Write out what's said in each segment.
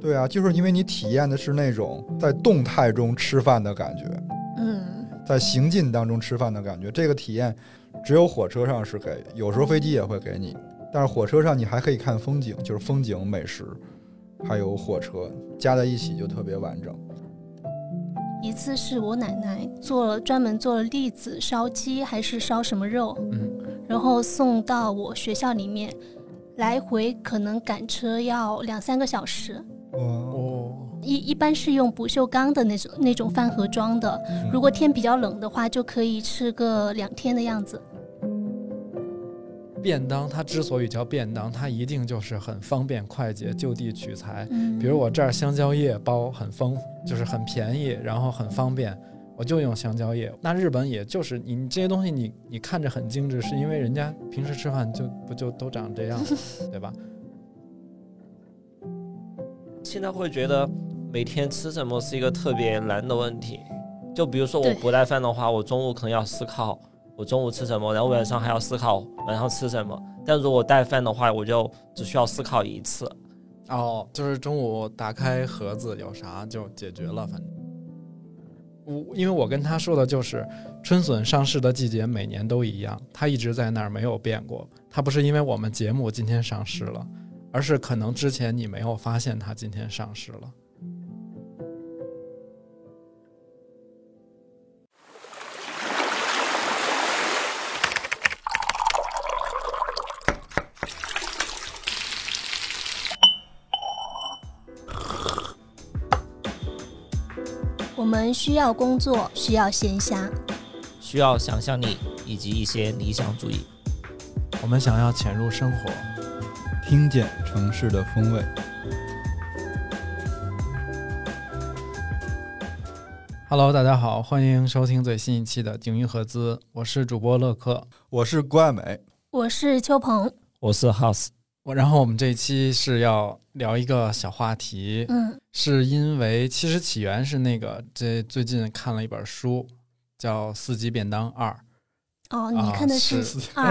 对啊，就是因为你体验的是那种在动态中吃饭的感觉，在行进当中吃饭的感觉，这个体验只有火车上是给，有时候飞机也会给你，但是火车上你还可以看风景，就是风景、美食，还有火车加在一起就特别完整。 一次是我奶奶专门做了栗子烧鸡还是烧什么肉，然后送到我学校里面，来回可能赶车要2-3个小时。一般是用不锈钢的那种饭盒装的，如果天比较冷的话就可以吃个2天的样子。 便当它之所以叫便当，它一定就是很方便快捷，就地取材。比如我这儿香蕉叶包很丰富，就是很便宜，然后很方便，我就用香蕉叶。那日本也就是你这些东西你看着很精致，是因为人家平时吃饭不就都长这样对吧？ 现在会觉得每天吃什么是一个特别难的问题，就比如说我不带饭的话，我中午可能要思考我中午吃什么，然后晚上还要思考晚上吃什么。但如果带饭的话，我就只需要思考一次。 就是中午打开盒子有啥就解决了。反正因为我跟他说的就是春笋上市的季节每年都一样，它一直在那儿没有变过。它不是因为我们节目今天上市了，而是可能之前你没有发现它今天上市了。 我们需要工作，需要闲暇， 需要想象力以及一些理想主义。 我们想要潜入生活， 听见城市的风味。 Hello， 大家好，欢迎收听最新一期的景云合资，我是主播乐克， 我是郭爱美， 我是邱鹏， 我是 House。 然后我们这一期是要聊一个小话题，是因为其实起源是这最近看了一本书，叫《4级便当2》。 你看的是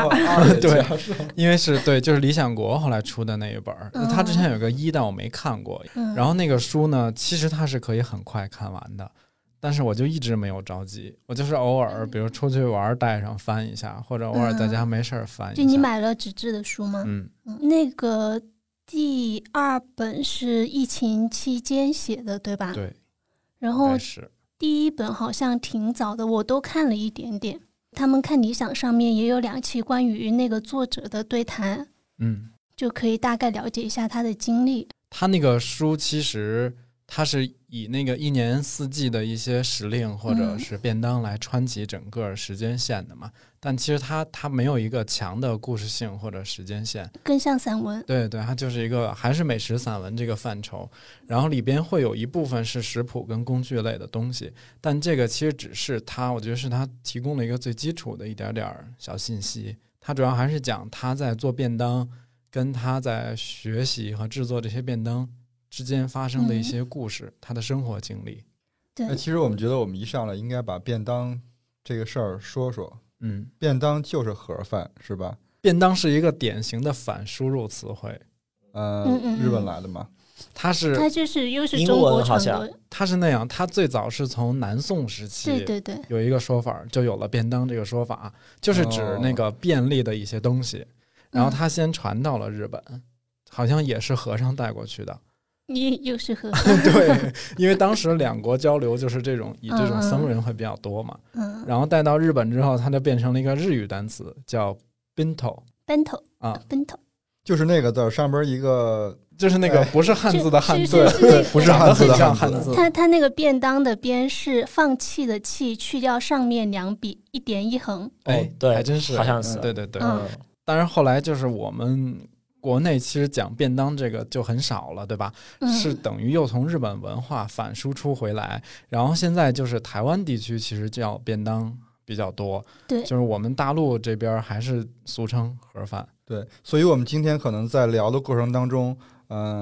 2？对，因为对，就是理想国后来出的那一本，他之前有个1，但我没看过。然后那个书呢，其实它是可以很快看完的。但是我就一直没有着急，我就是偶尔比如出去玩带上翻一下，或者偶尔在家没事翻一下。 就你买了纸质的书吗？那个第2本是疫情期间写的对吧？ 对。 然后第1本好像挺早的，我都看了一点点。他们看理想上面也有2期关于那个作者的对谈，就可以大概了解一下他的经历。 他那个书其实它是以那个1年4季的一些时令或者是便当来穿起整个时间线的嘛，但其实它没有一个强的故事性或者时间线， 更像散文。 对，它就是一个还是美食散文这个范畴，然后里边会有一部分是食谱跟工具类的东西，但这个其实只是我觉得是他提供了一个最基础的一点点小信息，他主要还是讲他在做便当跟他在学习和制作这些便当之间发生的一些故事，他的生活经历。 对， 其实我们觉得我们一上来应该把便当这个事儿说说。便当就是盒饭是吧？ 便当是一个典型的反输入词汇。 日本来的吗？ 它就是又是中国传过， 它是那样，它最早是从南宋时期， 对， 有一个说法，就有了便当这个说法，就是指那个便利的一些东西，然后它先传到了日本，好像也是和尚带过去的。 又是和尚对，因为当时2国交流就是以这种僧人会比较多嘛，然后带到日本之后，它就变成了一个日语单词，叫 bento 啊 bento， 就是那个字上边一个， 就是那个不是汉字的汉字， 不是汉字的汉字。 它那个便当的边是放弃的弃，去掉上面2笔1点1横。 对， 还真是， 好像是， 对。当然后来就是我们国内其实讲便当这个就很少了，对吧？是等于又从日本文化反输出回来，然后现在就是台湾地区其实叫便当比较多， 对， 就是我们大陆这边还是俗称盒饭。 对，所以我们今天可能在聊的过程当中，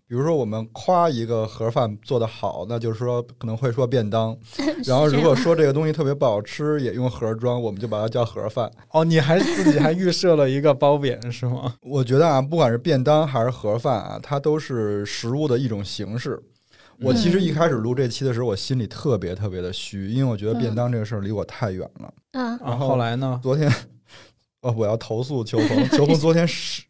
比如说我们夸一个盒饭做得好，那就是说可能会说便当，然后如果说这个东西特别不好吃，也用盒装，我们就把它叫盒饭。 哦，你还自己还预设了一个褒贬是吗？ 我觉得啊，不管是便当还是盒饭啊，它都是食物的一种形式。我其实一开始录这期的时候，我心里特别特别的虚，因为我觉得便当这个事儿离我太远了。 然后后来呢？ 昨天我要投诉邱鹏，邱鹏昨天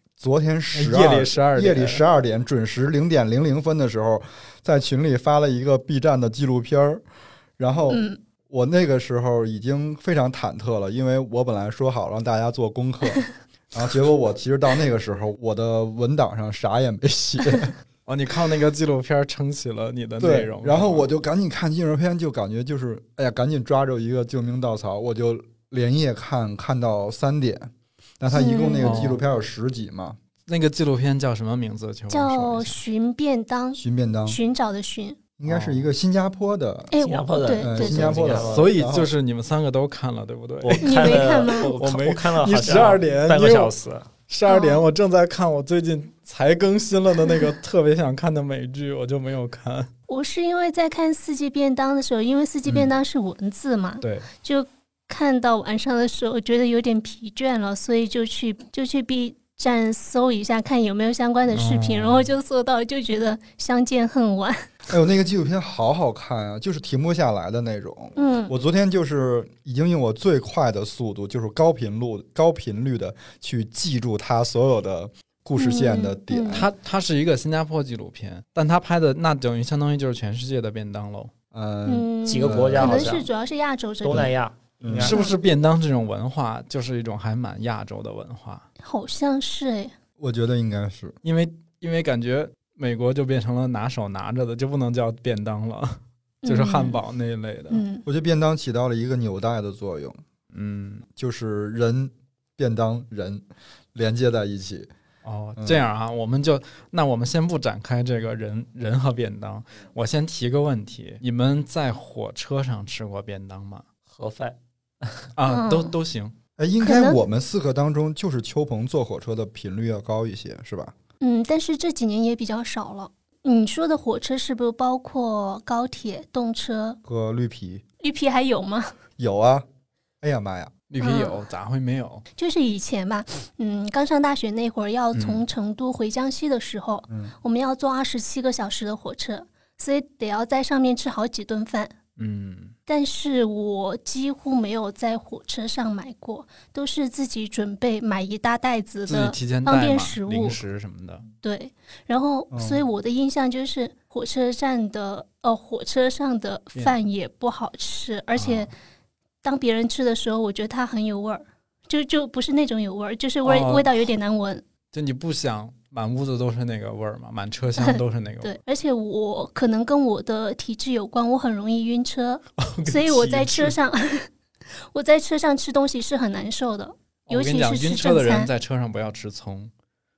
夜里12点准时0:00的时候，在群里发了一个 B 站的纪录片，然后我那个时候已经非常忐忑了，因为我本来说好让大家做功课，然后结果我其实到那个时候，我的文档上啥也没写。 哦，你靠那个纪录片撑起了你的内容， 然后我就赶紧看纪录片，就感觉就是哎呀，赶紧抓住一个救命稻草，我就连夜看到3点。那它一共那个纪录片有10集嘛？ 那个纪录片叫什么名字？ 叫寻便当，寻找的寻， 应该是一个新加坡的， 对， 新加坡的， 所以就是你们3个都看了，对不对？ 你没看吗？ 我看了， 你12点半个小时 ，12点我正在看我最近才更新了的那个特别想看的美剧，我就没有看。 我是因为在看4季便当的时候，因为4季便当是文字嘛， 对， 就看到晚上的时候觉得有点疲倦了，所以就去 B 站搜一下看有没有相关的视频，然后就搜到，就觉得相见恨晚。 哎呦，那个纪录片好好看啊，就是停不下来的那种。我昨天就是已经用我最快的速度，就是高频率的去记住它所有的故事线的点。 它是一个新加坡纪录片，但它拍的那等于相当于就是全世界的便当喽。 几个国家好像可能是主要是亚洲这边， 东南亚。 是不是便当这种文化就是一种还蛮亚洲的文化？ 好像是哎， 我觉得应该是， 因为感觉美国就变成了拿手拿着的，就不能叫便当了，就是汉堡那一类的。 我觉得便当起到了一个纽带的作用，就是人便当人连接在一起。 这样啊，我们先不展开这个人和便当，我先提个问题：你们在火车上吃过便当吗？ 盒饭都行。 应该我们4个当中，就是邱鹏坐火车的频率要高一些，是吧？ 但是这几年也比较少了。你说的火车是不是包括高铁、动车和绿皮？ 绿皮还有吗？ 有啊！哎呀妈呀， 绿皮有，咋会没有？ 就是以前吧，刚上大学那会儿，要从成都回江西的时候，我们要坐27个小时的火车，所以得要在上面吃好几顿饭。但是我几乎没有在火车上买过，都是自己准备买一大袋子的方便食物、 零食什么的。 对，然后所以我的印象就是火车上的饭也不好吃，而且当别人吃的时候，我觉得它很有味儿，就不是那种有味儿，就是味道有点难闻。 就你不想满屋子都是那个味儿嘛，满车厢都是那个味儿。 对，而且我可能跟我的体质有关，我很容易晕车，所以我在车上吃东西是很难受的，尤其是吃正餐。 晕车的人在车上不要吃葱。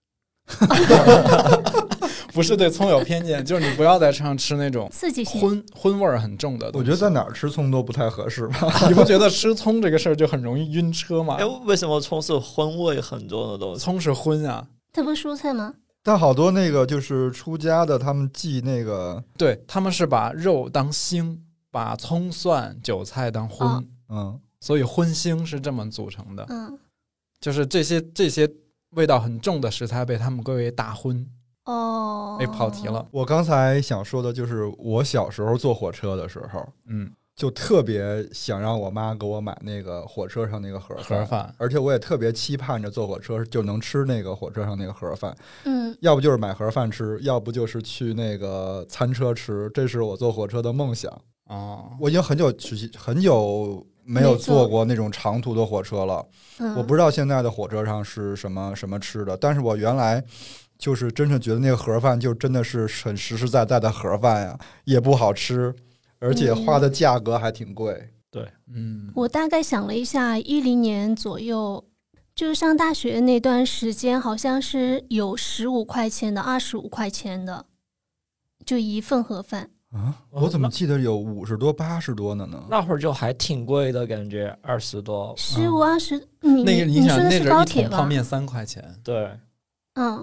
不是对葱有偏见，就是你不要在车上吃那种刺激性荤味儿很重的东西。 我觉得在哪儿吃葱都不太合适吧。 你不觉得吃葱这个事儿就很容易晕车吗？ 为什么葱是荤味很重的东西？ 葱是荤啊， 它不是蔬菜吗？ 但好多那个就是出家的，他们忌那个， 对，他们是把肉当腥，把葱蒜韭菜当荤，所以荤腥是这么组成的。就是这些味道很重的食材被他们归为大荤。跑题了。 我刚才想说的就是我小时候坐火车的时候，就特别想让我妈给我买那个火车上那个盒饭，而且我也特别期盼着坐火车就能吃那个火车上那个盒饭。要不就是买盒饭吃，要不就是去那个餐车吃，这是我坐火车的梦想。我已经很久没有坐过那种长途的火车了。我不知道现在的火车上是什么吃的，但是我原来就是真是觉得那个盒饭就真的是很实实在在的盒饭呀，也不好吃，而且花的价格还挺贵。 对， 我大概想了一下，10年左右，就是上大学那段时间，好像是有15块钱的、25块钱的，就一份盒饭。 我怎么记得有50多、80多呢？ 那会儿就还挺贵的感觉，20多、 15、20。 那个你说的是高铁吧？ 一桶泡面3块钱。 对，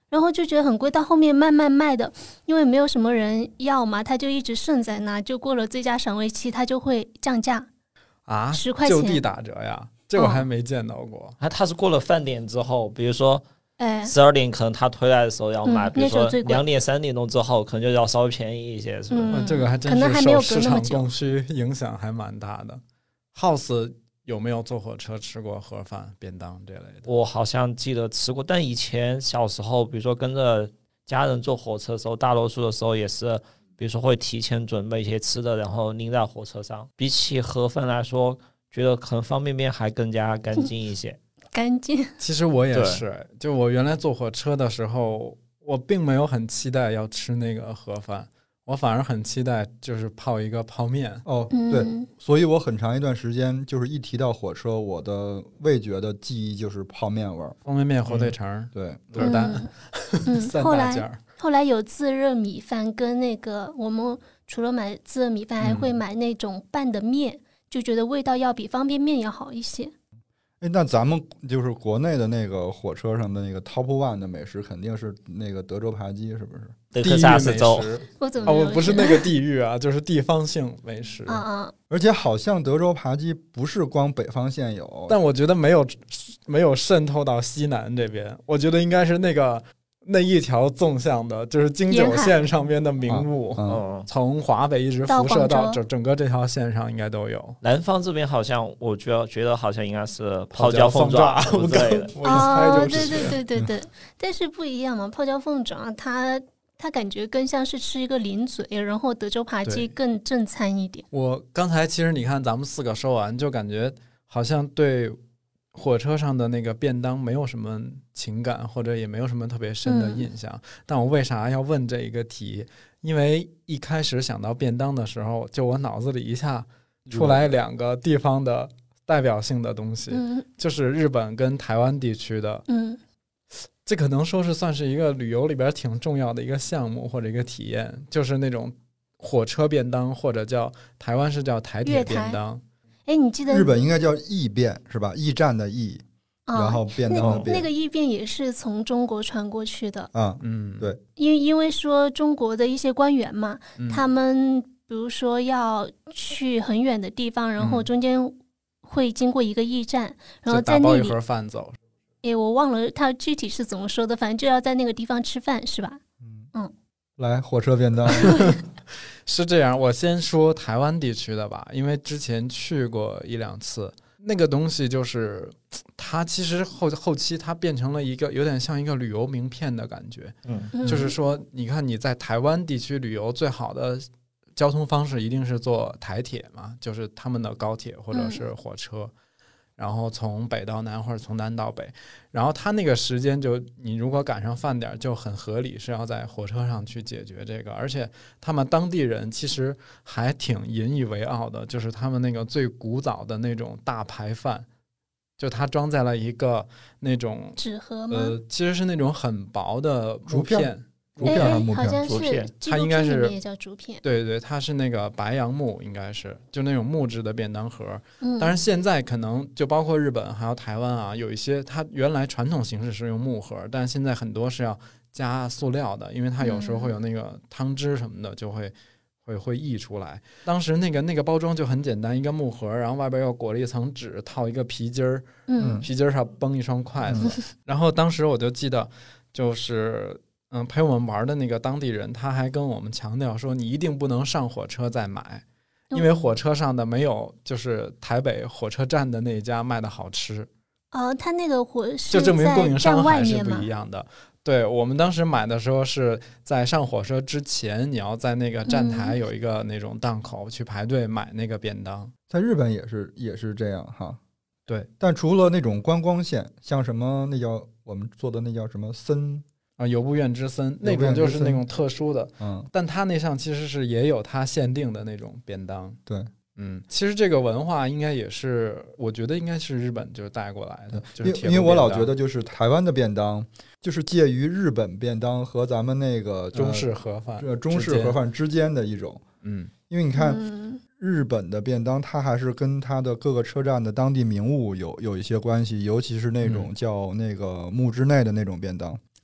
然后就觉得很贵，到后面慢慢卖的，因为没有什么人要嘛，它就一直剩在那，就过了最佳赏味期，它就会降价啊 ，10块钱就地打折呀，这我还没见到过。 它是过了饭点之后，比如说12点可能他推来的时候要卖，比如说2点3点钟之后可能就要稍微便宜一些，是吧？ 这个还真是受市场供需影响还蛮大的。House 有没有坐火车吃过盒饭、便当这类的？ 我好像记得吃过，但以前小时候，比如说跟着家人坐火车的时候，大多数的时候也是，比如说会提前准备一些吃的，然后拎在火车上。比起盒饭来说，觉得可能方便面还更加干净一些。 干净。 其实我也是，就我原来坐火车的时候，我并没有很期待要吃那个盒饭。我反而很期待就是泡一个泡面。 对，所以我很长一段时间就是一提到火车，我的味觉的记忆就是泡面味儿， 方便面、火腿肠、 对， 鹅蛋，三大件。 后来有自热米饭跟那个，我们除了买自热米饭，还会买那种拌的面，就觉得味道要比方便面要好一些。 那咱们就是国内的那个火车上的那个 Top One 的美食，肯定是那个德州扒鸡，是不是？ 德克萨斯州， 我怎么没有不是那个地域啊，就是地方性美食。 而且好像德州扒鸡不是光北方县有， 但我觉得没有渗透到西南这边。我觉得应该是那一条纵向的，就是京九线上边的名物，从华北一直辐射到整个这条线上应该都有。 南方这边好像我觉得好像应该是泡椒凤爪之类的。 我一猜就是。 对，但是不一样嘛，泡椒凤爪它感觉更像是吃一个零嘴，然后德州扒鸡更正餐一点。 我刚才其实你看咱们4个说完，就感觉好像对火车上的那个便当没有什么情感，或者也没有什么特别深的印象。但我为啥要问这一个题？因为一开始想到便当的时候，就我脑子里一下出来2个地方的代表性的东西，就是日本跟台湾地区的。这可能说是算是一个旅游里边挺重要的一个项目或者一个体验，就是那种火车便当，或者叫台湾是叫台铁便当。 你记得日本应该叫驿便是吧？驿站的驿，然后便当的便。 那个驿便也是从中国传过去的。 对， 因为说中国的一些官员嘛，他们比如说要去很远的地方，然后中间会经过一个驿站，然后在那里打包一盒饭走。 我忘了他具体是怎么说的，反正就要在那个地方吃饭，是吧？ 来，火车便当是这样。我先说台湾地区的吧，因为之前去过1、2次。那个东西就是它其实后期它变成了一个有点像一个旅游名片的感觉。就是说你看你在台湾地区旅游，最好的交通方式一定是坐台铁嘛，就是他们的高铁或者是火车。然后从北到南或者从南到北，然后他那个时间就你如果赶上饭点就很合理，是要在火车上去解决这个。而且他们当地人其实还挺引以为傲的，就是他们那个最古早的那种大排饭，就它装在了一个那种纸盒吗？ 其实是那种很薄的竹片。竹片还是木片？ 好像是， 它应该是也叫竹片。 对，它是那个白杨木，应该是就那种木质的便当盒。当然现在可能就包括日本还有台湾啊，有一些它原来传统形式是用木盒，但现在很多是要加塑料的，因为它有时候会有那个汤汁什么的就会溢出来。当时那个包装就很简单，一个木盒，然后外边又裹了一层纸，套一个皮筋儿，皮筋儿上绷一双筷子。然后当时我就记得就是陪我们玩的那个当地人，他还跟我们强调说，你一定不能上火车再买，因为火车上的没有就是台北火车站的那家卖的好吃。 他那个火是就证明供应商还是在不一样的。对，我们当时买的时候是在上火车之前，你要在那个站台有一个那种档口去排队买那个便当。 在日本也是这样哈。 对， 但除了那种观光线，像什么那叫我们做的那叫什么森游步院之森，那种就是那种特殊的，但它那上其实是也有它限定的那种便当。 对， 其实这个文化应该也是，我觉得应该是日本就带过来的， 因为我老觉得就是台湾的便当，就是介于日本便当和咱们那个中式盒饭、 中式盒饭之间的一种。因为你看日本的便当，它还是跟它的各个车站的当地名物有一些关系，尤其是那种叫那个木之内的那种便当。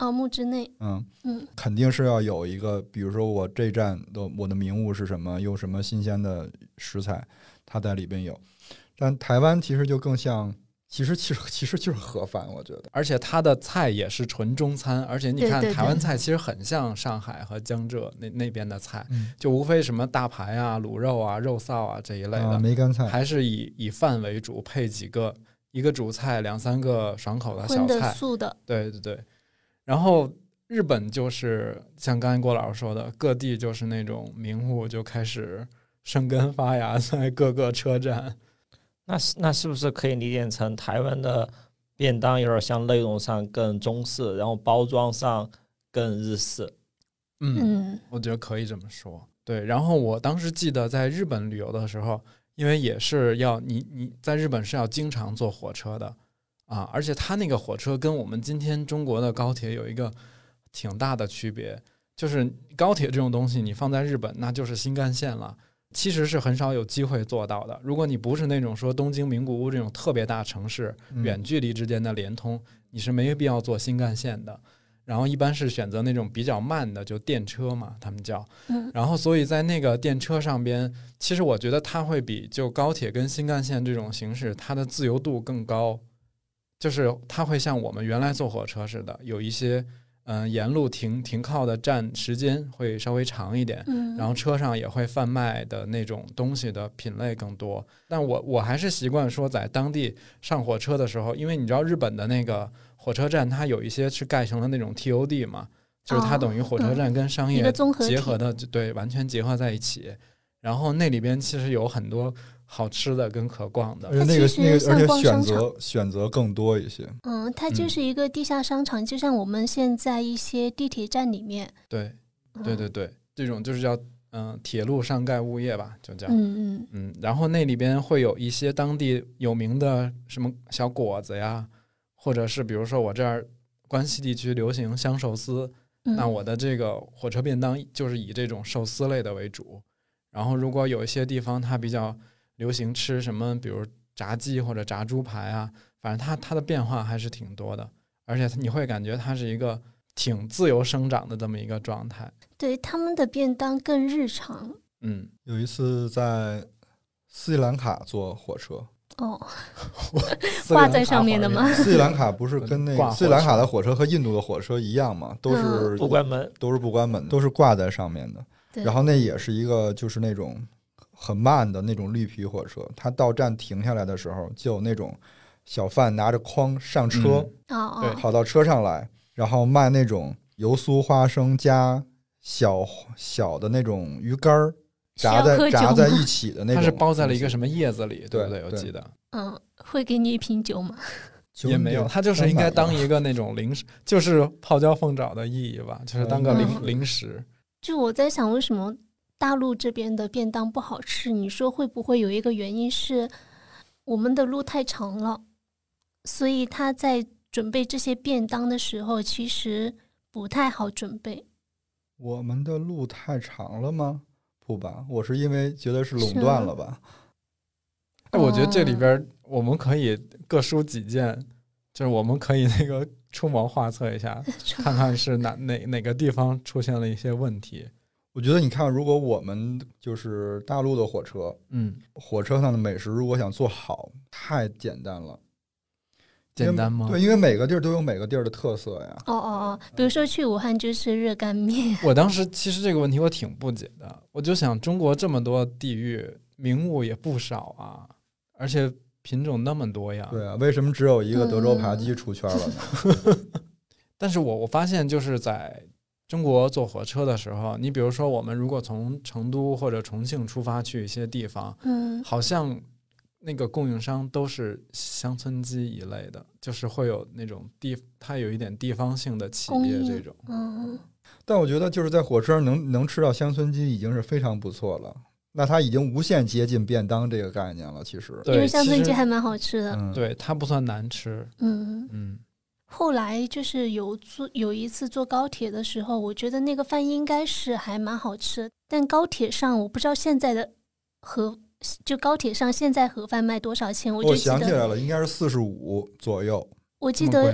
木之内， 肯定是要有一个，比如说我这站的我的名物是什么，有什么新鲜的食材，它在里边有。但台湾其实就更像，其实就是盒饭，我觉得。 而且它的菜也是纯中餐，而且你看对台湾菜其实很像上海和江浙那边的菜，就无非什么大排啊、卤肉啊、肉臊啊这一类的， 梅干菜还是以饭为主，配一个主菜2-3个爽口的小菜， 素的。 对对对。然后日本就是像刚才郭老师说的，各地就是那种名物就开始生根发芽在各个车站。 那是不是可以理解成台湾的便当有点像内容上更中式，然后包装上更日式？ 我觉得可以这么说。对，然后我当时记得在日本旅游的时候，因为也是要你在日本是要经常坐火车的啊，而且它那个火车跟我们今天中国的高铁有一个挺大的区别，就是高铁这种东西你放在日本那就是新干线了，其实是很少有机会做到的。如果你不是那种说东京、名古屋这种特别大城市，远距离之间的联通，你是没必要坐新干线的。然后一般是选择那种比较慢的，就电车嘛，他们叫。然后所以在那个电车上边，其实我觉得它会比就高铁跟新干线这种形式，它的自由度更高。就是它会像我们原来坐火车似的，有一些沿路停靠的站时间会稍微长一点，然后车上也会贩卖的那种东西的品类更多。但我还是习惯说在当地上火车的时候，因为你知道日本的那个火车站它有一些是盖成了那种 TOD 嘛，就是它等于火车站跟商业结合的，对，完全结合在一起。然后那里边其实有很多好吃的跟可逛的， 而且选择更多一些。 它就是一个地下商场，就像我们现在一些地铁站里面。 对，这种就是叫铁路上盖物业吧，就叫然后那里边会有一些当地有名的什么小果子呀，或者是比如说我这儿关西地区流行香寿司，那我的这个火车便当就是以这种寿司类的为主。然后如果有一些地方它比较流行吃什么，比如炸鸡或者炸猪排啊，反正它的变化还是挺多的，而且你会感觉它是一个挺自由生长的这么一个状态。 对，他们的便当更日常。 有一次在斯里兰卡坐火车， 挂在上面的吗？ 斯里兰卡不是跟那个斯里兰卡的火车和印度的火车一样吗？都是不关门， 都是挂在上面的。然后那也是一个就是那种很慢的那种绿皮火车，它到站停下来的时候，就有那种小贩拿着筐上车，跑到车上来，然后卖那种油酥花生加小的那种鱼干炸在一起的那种， 它是包在了一个什么叶子里，对不对？我记得。 会给你一瓶酒吗？ 也没有，它就是应该当一个那种零食，就是泡椒凤爪的意义吧，就是当个零食。 就我在想，为什么大陆这边的便当不好吃？你说会不会有一个原因是我们的路太长了，所以他在准备这些便当的时候其实不太好准备？ 我们的路太长了吗？不吧，我是因为觉得是垄断了吧。 我觉得这里边我们可以各抒己见，就是我们可以那个出谋划策一下，看看是哪个地方出现了一些问题。 我觉得你看，如果我们就是大陆的火车，火车上的美食如果想做好，太简单了。 简单吗？ 对，因为每个地儿都有每个地儿的特色呀。 比如说去武汉就吃热干面。 我当时其实这个问题我挺不解的，我就想中国这么多地域，名物也不少啊，而且品种那么多呀。 对啊，为什么只有一个德州扒鸡出圈了呢？ 但是我发现就是在中国坐火车的时候，你比如说我们如果从成都或者重庆出发去一些地方，好像那个供应商都是乡村鸡一类的，就是会有那种它有一点地方性的企业这种。 但我觉得就是在火车上能吃到乡村鸡已经是非常不错了。那它已经无限接近便当这个概念了，其实。 因为乡村鸡还蛮好吃的。 对，它不算难吃。 后来就是有一次坐高铁的时候，我觉得那个饭应该是还蛮好吃，但高铁上我不知道现在的高铁上现在盒饭卖多少钱？我就记得我想起来了，应该是45左右。 我记得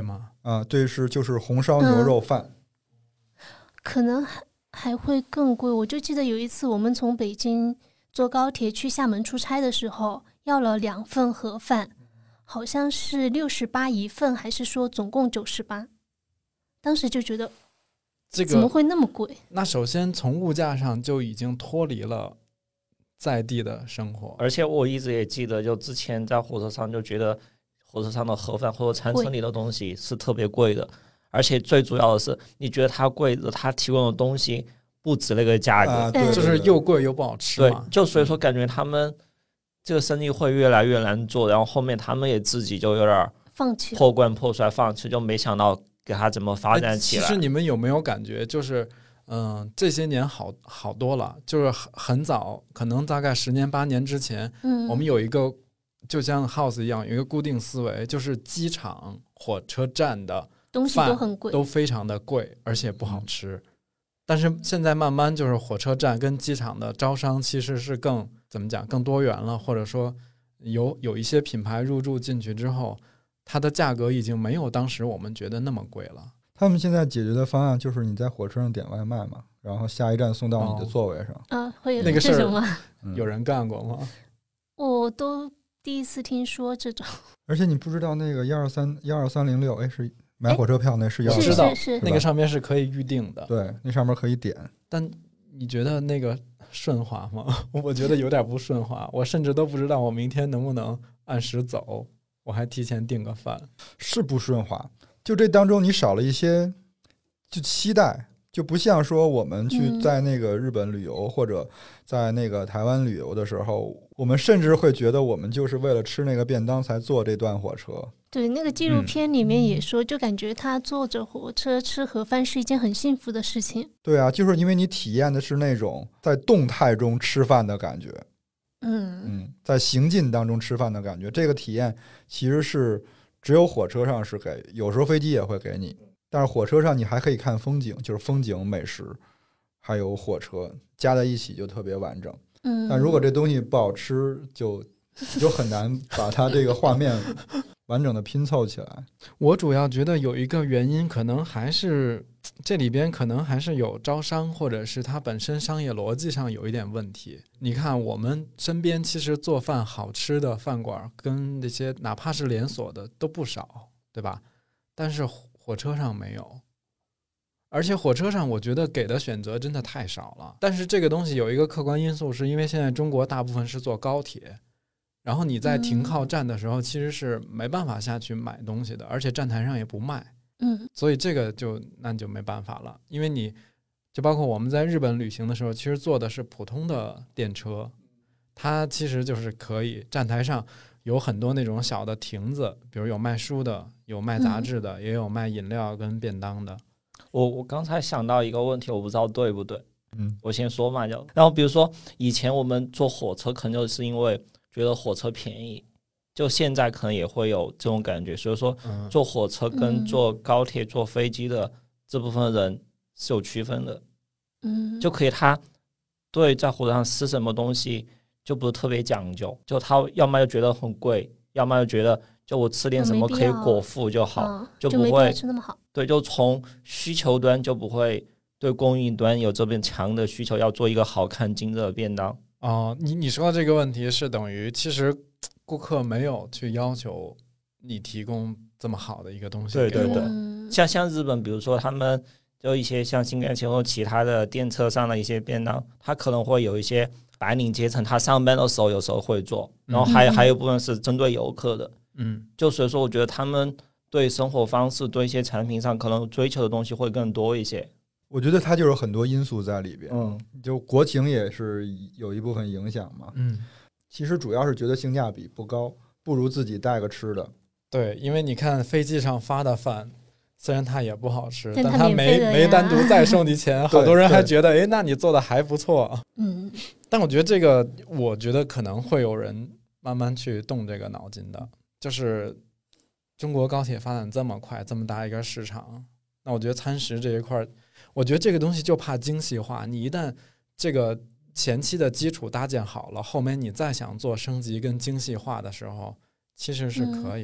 啊，对，就是红烧牛肉饭， 可能还会更贵。我就记得有一次我们从北京坐高铁去厦门出差的时候，要了2份盒饭，好像是68一份，还是说总共98？当时就觉得这个怎么会那么贵？ 那首先从物价上就已经脱离了在地的生活， 而且我一直也记得，就之前在火车上就觉得火车上的盒饭或者餐车里的东西是特别贵的，而且最主要的是，你觉得它贵的，它提供的东西不值那个价格， 对， 就是又贵又不好吃嘛。 对，就所以说感觉他们这个生意会越来越难做，然后后面他们也自己就有点放弃破罐破摔，放弃，就没想到给它怎么发展起来。 其实你们有没有感觉，就是这些年好多了，就是很早，可能大概10年8年之前，我们有一个就像 House 一样，有一个固定思维，就是机场、火车站的东西都很贵， 都非常的贵，而且不好吃。但是现在慢慢就是火车站跟机场的招商其实是更怎么讲更多元了，或者说有一些品牌入驻进去之后，它的价格已经没有当时我们觉得那么贵了。 他们现在解决的方案就是你在火车上点外卖嘛，然后下一站送到你的座位上。 会有那个这种吗？ 有人干过吗？ 我都第一次听说这种。 而且你不知道那个12306，是买火车票那是我知道是那个上面是可以预定的， 对，那上面可以点。 但你觉得那个顺滑吗？我觉得有点不顺滑，我甚至都不知道我明天能不能按时走，我还提前订个饭， 是不顺滑。就这当中你少了一些就期待，就不像说我们去在那个日本旅游或者在那个台湾旅游的时候，我们甚至会觉得我们就是为了吃那个便当才坐这段火车。 对，那个纪录片里面也说，就感觉他坐着火车吃盒饭是一件很幸福的事情。 对啊，就是因为你体验的是那种在动态中吃饭的感觉，在行进当中吃饭的感觉，这个体验其实是只有火车上是给，有时候飞机也会给你，但是火车上你还可以看风景，就是风景、美食还有火车加在一起就特别完整。但如果这东西不好吃，就很难把它这个画面完整的拼凑起来。 我主要觉得有一个原因，可能还是这里边可能还是有招商，或者是它本身商业逻辑上有一点问题。你看我们身边其实做饭好吃的饭馆跟那些哪怕是连锁的都不少，对吧？但是火车上没有，而且火车上我觉得给的选择真的太少了。但是这个东西有一个客观因素，是因为现在中国大部分是坐高铁，然后你在停靠站的时候其实是没办法下去买东西的，而且站台上也不卖，所以这个那你就没办法了。因为你就包括我们在日本旅行的时候，其实坐的是普通的电车，它其实就是可以站台上有很多那种小的亭子，比如有卖书的，有卖杂志的，也有卖饮料跟便当的。 我刚才想到一个问题，我不知道对不对，我先说嘛，然后比如说以前我们坐火车可能就是因为觉得火车便宜，就现在可能也会有这种感觉，所以说坐火车跟坐高铁、坐飞机的这部分人是有区分的，就可以他对在火车上吃什么东西就不是特别讲究，就他要么就觉得很贵，要么就觉得就我吃点什么可以果腹就好，就不会吃那么好。 对，就从需求端就不会对供应端有这边强的需求，要做一个好看精致的便当。 你说的这个问题是等于其实顾客没有去要求你提供这么好的一个东西。 对对对，像日本，比如说他们就一些像新干线或其他的电车上的一些便当，它可能会有一些白领阶层，他上班的时候有时候会做，然后还有一部分是针对游客的。就所以说我觉得他们对生活方式、对一些产品上可能追求的东西会更多一些。 我觉得它就是很多因素在里边，就国情也是有一部分影响嘛。其实主要是觉得性价比不高，不如自己带个吃的。 对，因为你看飞机上发的饭，虽然它也不好吃，但它没单独再收你钱，好多人还觉得，那你做的还不错。但我觉得这个，我觉得可能会有人慢慢去动这个脑筋的，就是中国高铁发展这么快，这么大一个市场，那我觉得餐食这一块，我觉得这个东西就怕精细化，你一旦这个前期的基础搭建好了，后面你再想做升级跟精细化的时候，其实是可以的。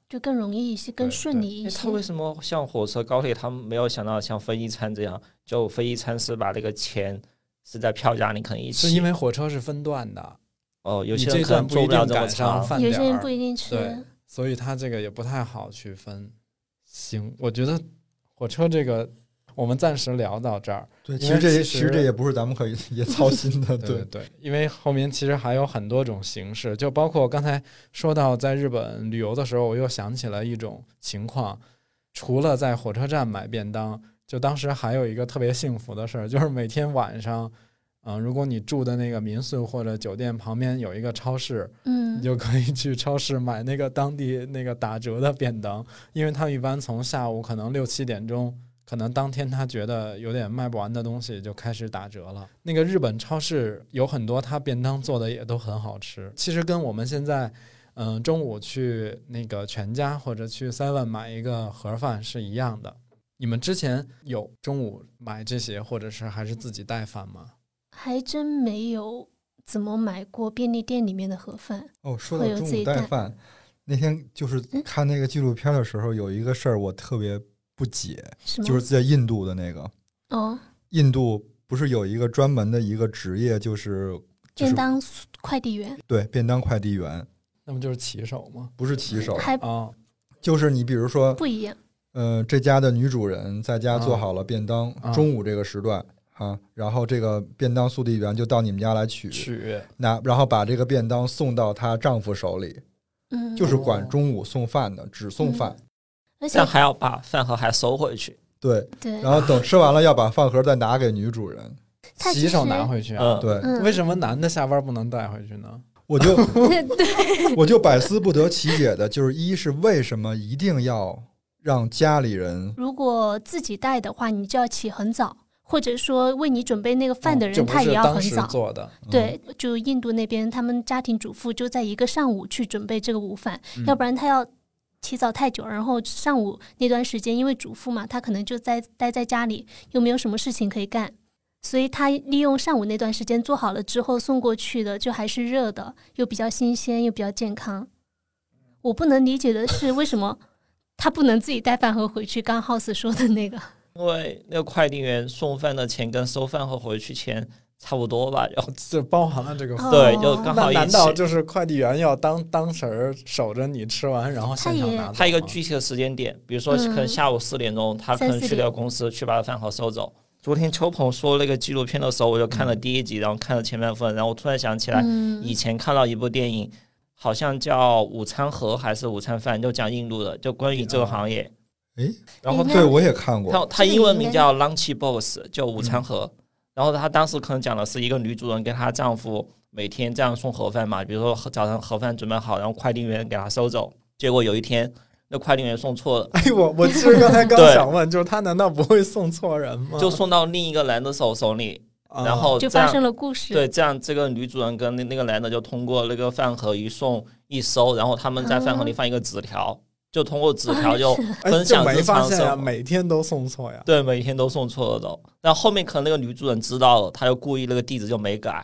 就更容易一些，更顺利一些。 他为什么像火车高铁他们没有想到像飞机餐这样，就飞机餐是把那个钱是在票价你可能一起， 是因为火车是分段的有些人可能做不了这么长， 有些人不一定吃， 对，所以他这个也不太好区分。行，我觉得火车这个我们暂时聊到这儿。 对，其实这也不是咱们可以也操心的。 对对，因为后面其实还有很多种形式，就包括我刚才说到在日本旅游的时候，我又想起了一种情况，除了在火车站买便当，就当时还有一个特别幸福的事儿，就是每天晚上如果你住的那个民宿或者酒店旁边有一个超市，你就可以去超市买那个当地那个打折的便当，因为他一般从下午可能6、7点钟，可能当天他觉得有点卖不完的东西就开始打折了。那个日本超市有很多他便当做的也都很好吃，其实跟我们现在中午去那个全家或者去 7 买一个盒饭是一样的。你们之前有中午买这些或者是还是自己带饭吗？ 还真没有怎么买过便利店里面的盒饭。 说到中午带饭，那天就是看那个纪录片的时候，有一个事儿我特别不解，就是在印度的那个印度不是有一个专门的一个职业，就是便当快递员？ 对，便当快递员。 那不就是骑手吗？ 不是骑手， 就是你比如说不一样。 这家的女主人在家做好了便当，中午这个时段然后这个便当速递员就到你们家来取，然后把这个便当送到她丈夫手里，就是管中午送饭的，只送饭， 而且但还要把饭盒还收回去。 对，然后等吃完了要把饭盒再拿给女主人， 洗手拿回去啊。 对， 为什么男的下班不能带回去呢？ 我就百思不得其解的，就是一是为什么一定要让家里人， 如果自己带的话，你就要起很早，或者说为你准备那个饭的人他也要很早做的。 对，就印度那边他们家庭主妇就在一个上午去准备这个午饭，要不然他要起早太久，然后上午那段时间因为主妇嘛，他可能就待在家里，又没有什么事情可以干，所以他利用上午那段时间做好了之后送过去的，就还是热的，又比较新鲜又比较健康。我不能理解的是为什么他不能自己带饭盒回去，刚 House 说的那个， 因为那个快递员送饭的钱跟收饭盒回去钱差不多吧， 就包含了这个饭。 对，就刚好一起。 难道就是快递员要当时守着你吃完，然后现场拿走？ 他一个具体的时间点，比如说可能下午4点钟，他可能去了公司去把饭盒收走。昨天秋鹏说那个纪录片的时候，我就看了第1集，然后看了前半分，然后我突然想起来，以前看到一部电影，好像叫午餐盒还是午餐饭，就讲印度的，就关于这个行业。 然后对我也看过， 他英文名叫 Lunch Box， 就午餐盒。然后他当时可能讲的是一个女主人跟她丈夫每天这样送盒饭嘛，比如说早上盒饭准备好，然后快递员给她收走，结果有一天那快递员送错了。 我其实刚才刚想问，就是他难道不会送错人吗？ 就送到另一个男的手里，然后就发生了故事。 对，这样这个女主人跟那个男的就通过那个饭盒一送一收，然后他们在饭盒里放一个纸条，就通过纸条就分享日常生活。 每天都送错呀？ 对，每天都送错了都。但后面可能那个女主人知道了，她就故意那个地址就没改。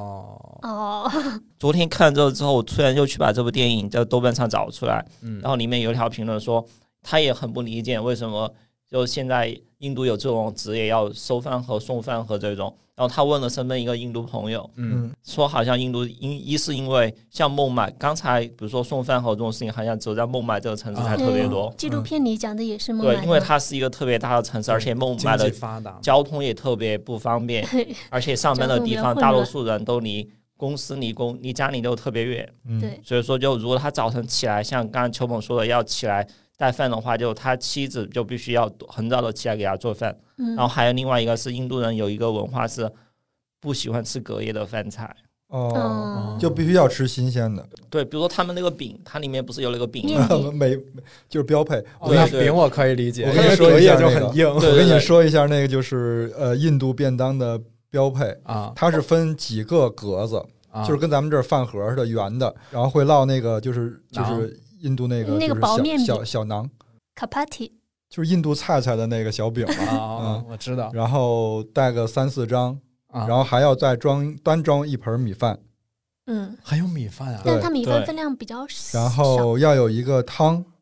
昨天看了这之后，我突然就去把这部电影在豆瓣上找出来，然后里面有一条评论说，他也很不理解为什么就现在印度有这种职业要收饭盒送饭盒这种。然后他问了身边一个印度朋友，说好像印度一是因为像孟买，刚才比如说送饭盒这种事情，好像只有在孟买这个城市才特别多。 纪录片里讲的也是孟买。 对，因为它是一个特别大的城市，而且孟买的交通也特别不方便，而且上班的地方大多数人都离公司离家里都特别远。 对， 所以说就如果他早晨起来，像刚刚秋鹏说的要起来带饭的话，就他妻子就必须要很早的起来给他做饭。然后还有另外一个是印度人有一个文化是不喜欢吃隔夜的饭菜。 就必须要吃新鲜的。 对，比如说他们那个饼，它里面不是有那个饼就是标配。 那饼我可以理解， 我跟你说一下就很硬。 我跟你说一下那个就是印度便当的标配啊，它是分几个格子，就是跟咱们这儿饭盒似的圆的，然后会烙那个就是印度那个薄面饼小馕 ，Chapati， 就是印度菜的那个小饼嘛。我知道。 然后带个3、4张。然后还要再单装一盆米饭， 还有米饭啊？ 但它米饭分量比较少。 然后要有一个汤，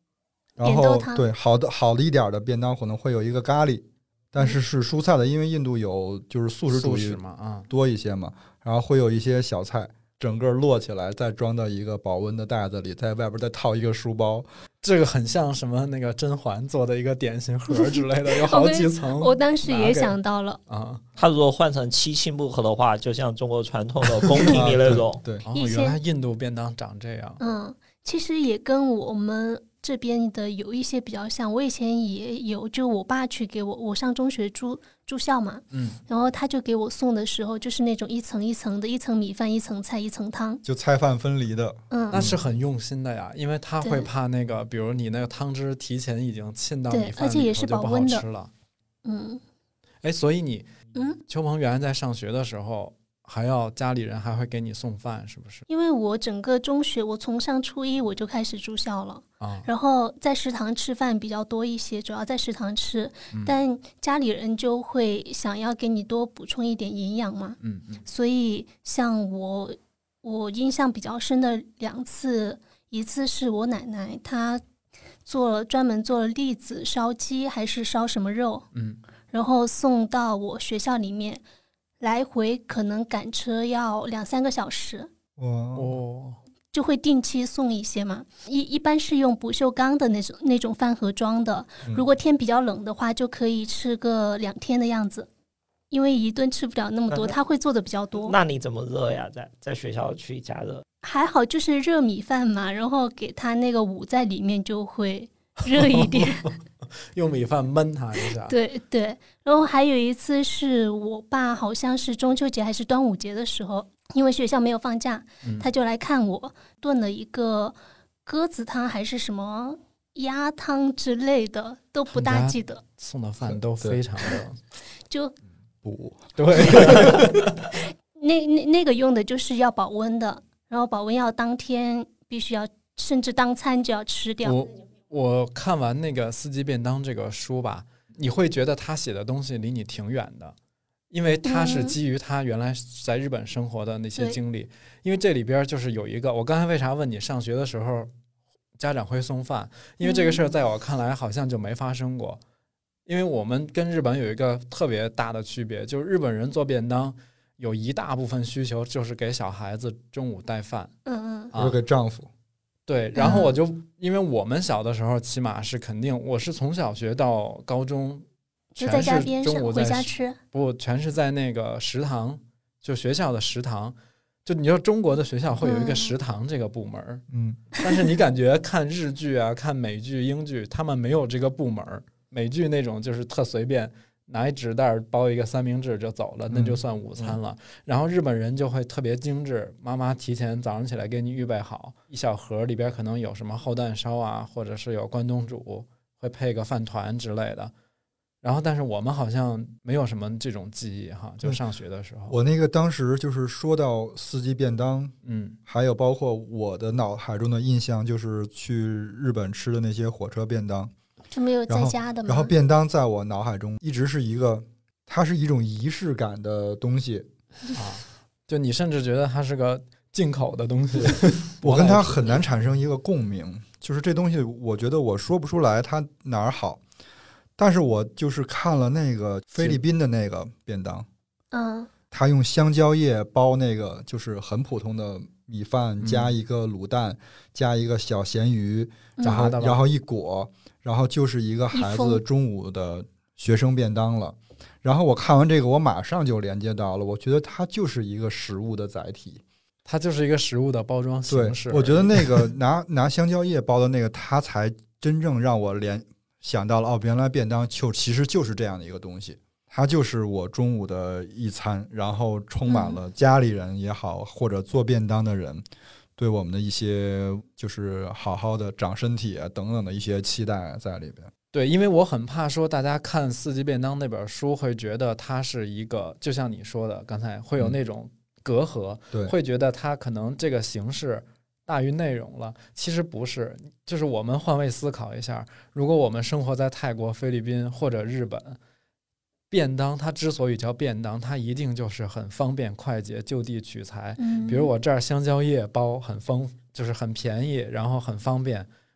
然后对好的一点的便当可能会有一个咖喱，但是是蔬菜的，因为印度有就是素食主义多一些嘛，然后会有一些小菜，整个摞起来再装到一个保温的袋子里，在外边再套一个书包。 这个很像什么那个甄嬛做的一个点心盒之类的，有好几层。 我当时也想到了啊， 它如果换成七庆木盒的话，就像中国传统的宫廷里那种。 对， 原来印度便当长这样。 其实也跟我们这边的有一些比较像。我以前也有，就我爸去给我上中学住校嘛，然后他就给我送的时候，就是那种一层一层的，一层米饭，一层菜，一层汤， 就菜饭分离的。 那是很用心的呀，因为他会怕那个，比如你那个汤汁提前已经沁到米饭里头， 而且也是保温的， 就不好吃了。所以你秋鹏原来在上学的时候，还要家里人还会给你送饭，是不是？ 因为我整个中学，我从上初一我就开始住校了，然后在食堂吃饭比较多一些，主要在食堂吃，但家里人就会想要给你多补充一点营养嘛，所以像我印象比较深的2次，一次是我奶奶她专门做了栗子烧鸡还是烧什么肉，然后送到我学校里面。来回可能赶车要2-3个小时，就会定期送一些嘛。一般是用不锈钢的那种饭盒装的，如果天比较冷的话，就可以吃个2天的样子。因为一顿吃不了那么多，他会做的比较多。 那你怎么热呀？在学校去加热？ 还好，就是热米饭嘛，然后给他那个捂在里面就会热一点。 用米饭焖它一下。 对对，然后还有一次是我爸好像是中秋节还是端午节的时候，因为学校没有放假，他就来看我，炖了一个鸽子汤还是什么鸭汤之类的，都不大记得。 送的饭都非常的就补， 对。 那个用的就是要保温的，然后保温要当天必须要，甚至当餐就要吃掉。 我看完那个4季便当这个书吧，你会觉得他写的东西离你挺远的，因为他是基于他原来在日本生活的那些经历。因为这里边就是有一个，我刚才为啥问你上学的时候家长会送饭，因为这个事儿在我看来好像就没发生过。因为我们跟日本有一个特别大的区别，就是日本人做便当有一大部分需求就是给小孩子中午带饭， 或者给丈夫。 对，然后我就因为我们小的时候起码是肯定，我是从小学到高中全是中午在回家吃， 不全是在那个食堂，就学校的食堂。就你说中国的学校会有一个食堂这个部门，但是你感觉看日剧啊、看美剧、英剧，他们没有这个部门。美剧那种就是特随便，拿一纸袋包一个三明治就走了，那就算午餐了。然后日本人就会特别精致，妈妈提前早上起来给你预备好一小盒，里边可能有什么厚蛋烧啊，或者是有关东煮，会配个饭团之类的。然后但是我们好像没有什么这种记忆哈，就上学的时候。 我那个当时就是说到4季便当，还有包括我的脑海中的印象就是去日本吃的那些火车便当。 就没有在家的吗？ 然后便当在我脑海中一直是它是一种仪式感的东西就你甚至觉得它是个进口的东西。 我跟它很难产生一个共鸣，就是这东西我觉得我说不出来它哪儿好，但是我就是看了那个菲律宾的那个便当，他用香蕉叶包那个就是很普通的米饭，加一个卤蛋，加一个小咸鱼，然后一裹，然后就是一个孩子中午的学生便当了。然后我看完这个，我马上就连接到了，我觉得它就是一个食物的载体， 它就是一个食物的包装形式。 对，我觉得那个拿香蕉叶包的那个，它才真正让我想到了原来便当其实就是这样的一个东西。它就是我中午的一餐，然后充满了家里人也好，或者做便当的人对我们的一些就是好好的长身体啊等等的一些期待在里边。 对，因为我很怕说大家看4季便当那本书会觉得它是一个，就像你说的刚才会有那种隔阂，会觉得它可能这个形式大于内容了。其实不是，就是我们换位思考一下，如果我们生活在泰国、菲律宾或者日本，便当它之所以叫便当，它一定就是很方便快捷，就地取材。比如我这儿香蕉叶包很就是很便宜，然后很方便，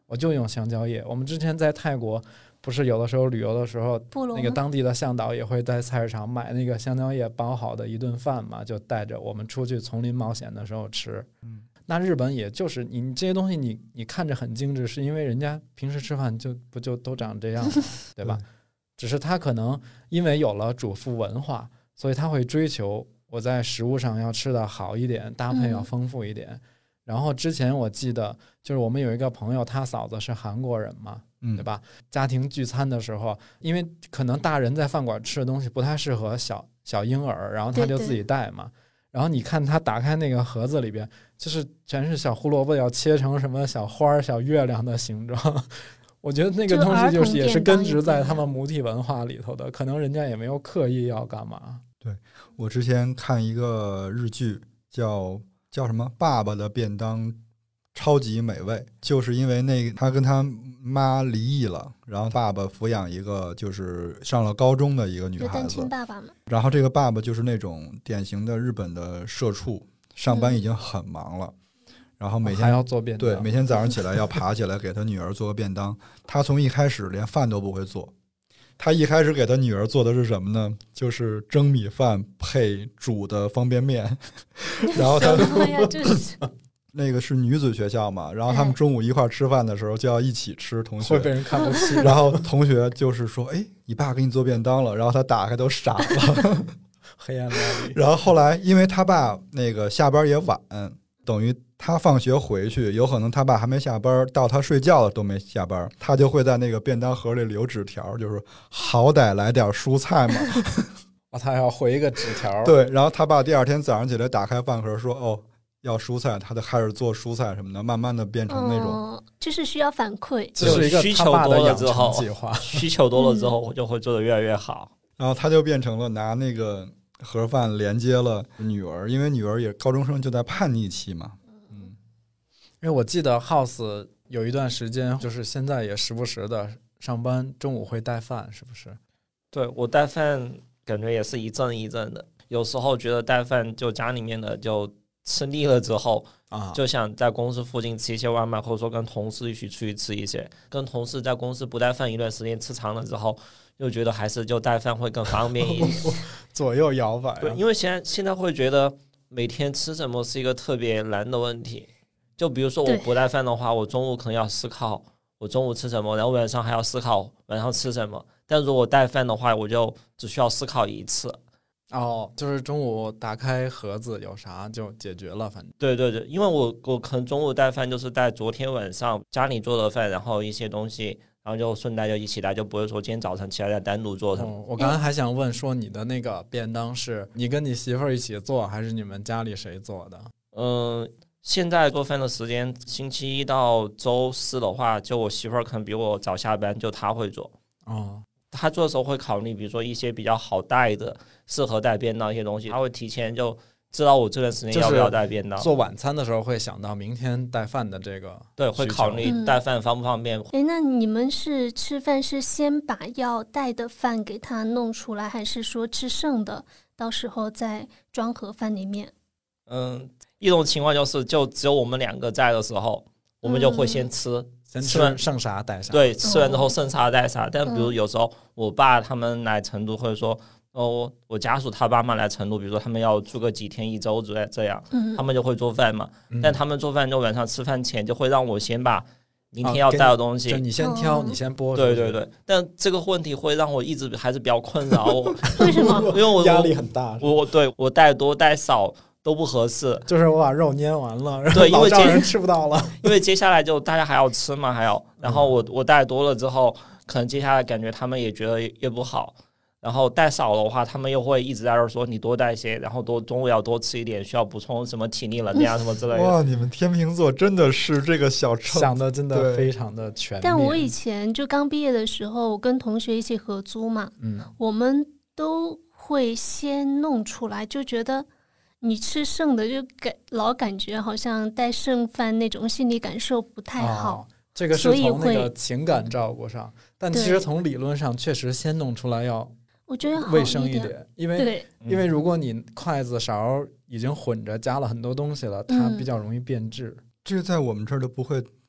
我就用香蕉叶。我们之前在泰国不是有的时候旅游的时候，那个当地的向导也会在菜市场买那个香蕉叶包好的一顿饭嘛，就带着我们出去丛林冒险的时候吃。那日本也就是你这些东西你看着很精致，是因为人家平时吃饭不就都长这样吗？对吧？只是他可能因为有了主妇文化，所以他会追求我在食物上要吃的好一点，搭配要丰富一点。然后之前我记得就是我们有一个朋友，他嫂子是韩国人嘛，对吧？家庭聚餐的时候，因为可能大人在饭馆吃的东西不太适合小婴儿，然后他就自己带嘛。然后你看他打开那个盒子里边，就是全是小胡萝卜，要切成什么小花小月亮的形状。我觉得那个东西就是也是根植在他们母体文化里头的，可能人家也没有刻意要干嘛。 对，我之前看一个日剧叫什么爸爸的便当超级美味，就是因为他跟他妈离异了，然后爸爸抚养一个就是上了高中的一个女孩子， 单亲爸爸嘛。 然后这个爸爸就是那种典型的日本的社畜，上班已经很忙了，然后每天还要做便当， 对，每天早上起来要爬起来给他女儿做个便当。他从一开始连饭都不会做，他一开始给他女儿做的是什么呢？就是蒸米饭配煮的方便面。然后他那个是女子学校嘛，然后他们中午一块吃饭的时候就要一起吃，同学会被人看不起。 然后同学就是说：“哎，你爸给你做便当了。”然后他打开都傻了。 黑暗料理。 然后后来因为他爸那个下班也晚，等于他放学回去，有可能他爸还没下班，到他睡觉了都没下班，他就会在那个便当盒里留纸条，就是好歹来点蔬菜嘛。 他要回一个纸条。 对，然后他爸第二天早上起来打开饭盒说：“哦，要蔬菜。”他就开始做蔬菜什么的，慢慢的变成那种， 就是需要反馈， 这是一个需求多了之后计划。 需求多了之后，我就会做得越来越好。 然后他就变成了拿那个盒饭连接了女儿，因为女儿也高中生就在叛逆期嘛。 因为我记得 House 有一段时间，就是现在也时不时的上班中午会带饭，是不是？ 对，我带饭感觉也是一阵一阵的，有时候觉得带饭就家里面的就吃腻了之后就想在公司附近吃一些外卖，或者说跟同事一起出去吃一些。跟同事在公司不带饭一段时间吃长了之后，又觉得还是就带饭会更方便一点。 左右摇摆。 对，因为现在会觉得每天吃什么是一个特别难的问题。就比如说我不带饭的话，我中午可能要思考我中午吃什么，然后晚上还要思考晚上吃什么。但如果带饭的话，我就只需要思考一次。 就是中午打开盒子有啥就解决了，反正。 对对对，因为我可能中午带饭就是带昨天晚上家里做的饭，然后一些东西，然后就顺带就一起带，就不会说今天早上起来再单独做什么。 我刚才还想问说，你的那个便当是你跟你媳妇儿一起做，还是你们家里谁做的？ 现在做饭的时间，星期一到周四的话，就我媳妇儿可能比我早下班，就她会做。她做的时候会考虑，比如说一些比较好带的、适合带便当一些东西，她会提前就知道我这段时间要不要带便当。 做晚餐的时候会想到明天带饭的这个， 对，会考虑带饭方不方便。 那你们是吃饭是先把要带的饭给他弄出来，还是说吃剩的到时候再装盒饭里面？ 一种情况就是就只有我们两个在的时候，我们就会先吃， 吃完剩啥带啥。 对，吃完之后剩啥带啥。但比如有时候我爸他们来成都，或者说我家属他爸妈来成都，比如说他们要住个几天一周之类这样，他们就会做饭嘛。但他们做饭就晚上吃饭前就会让我先把明天要带的东西， 就你先挑，你先剥。 对对对，但这个问题会让我一直还是比较困扰我。 为什么？ 因为我压力很大。 我带多带少都不合适， 就是我把肉捏完了， 对，因为老丈人吃不到了， 因为接下来就大家还要吃嘛，还要，然后我带多了之后，可能接下来感觉他们也觉得也不好，然后带少的话，他们又会一直在这说你多带些，然后中午要多吃一点，需要补充什么体力能量什么之类的。 哇，你们天秤座真的是这个小秤想的真的非常的全面。 但我以前就刚毕业的时候，我跟同学一起合租嘛，我们都会先弄出来，就觉得你吃剩的就老感觉好像带剩饭那种心理感受不太好。 这个是从那个情感照顾上，但其实从理论上确实先弄出来要我觉得卫生一点，因为如果你筷子勺已经混着加了很多东西了，它比较容易变质。 这个在我们这儿都不会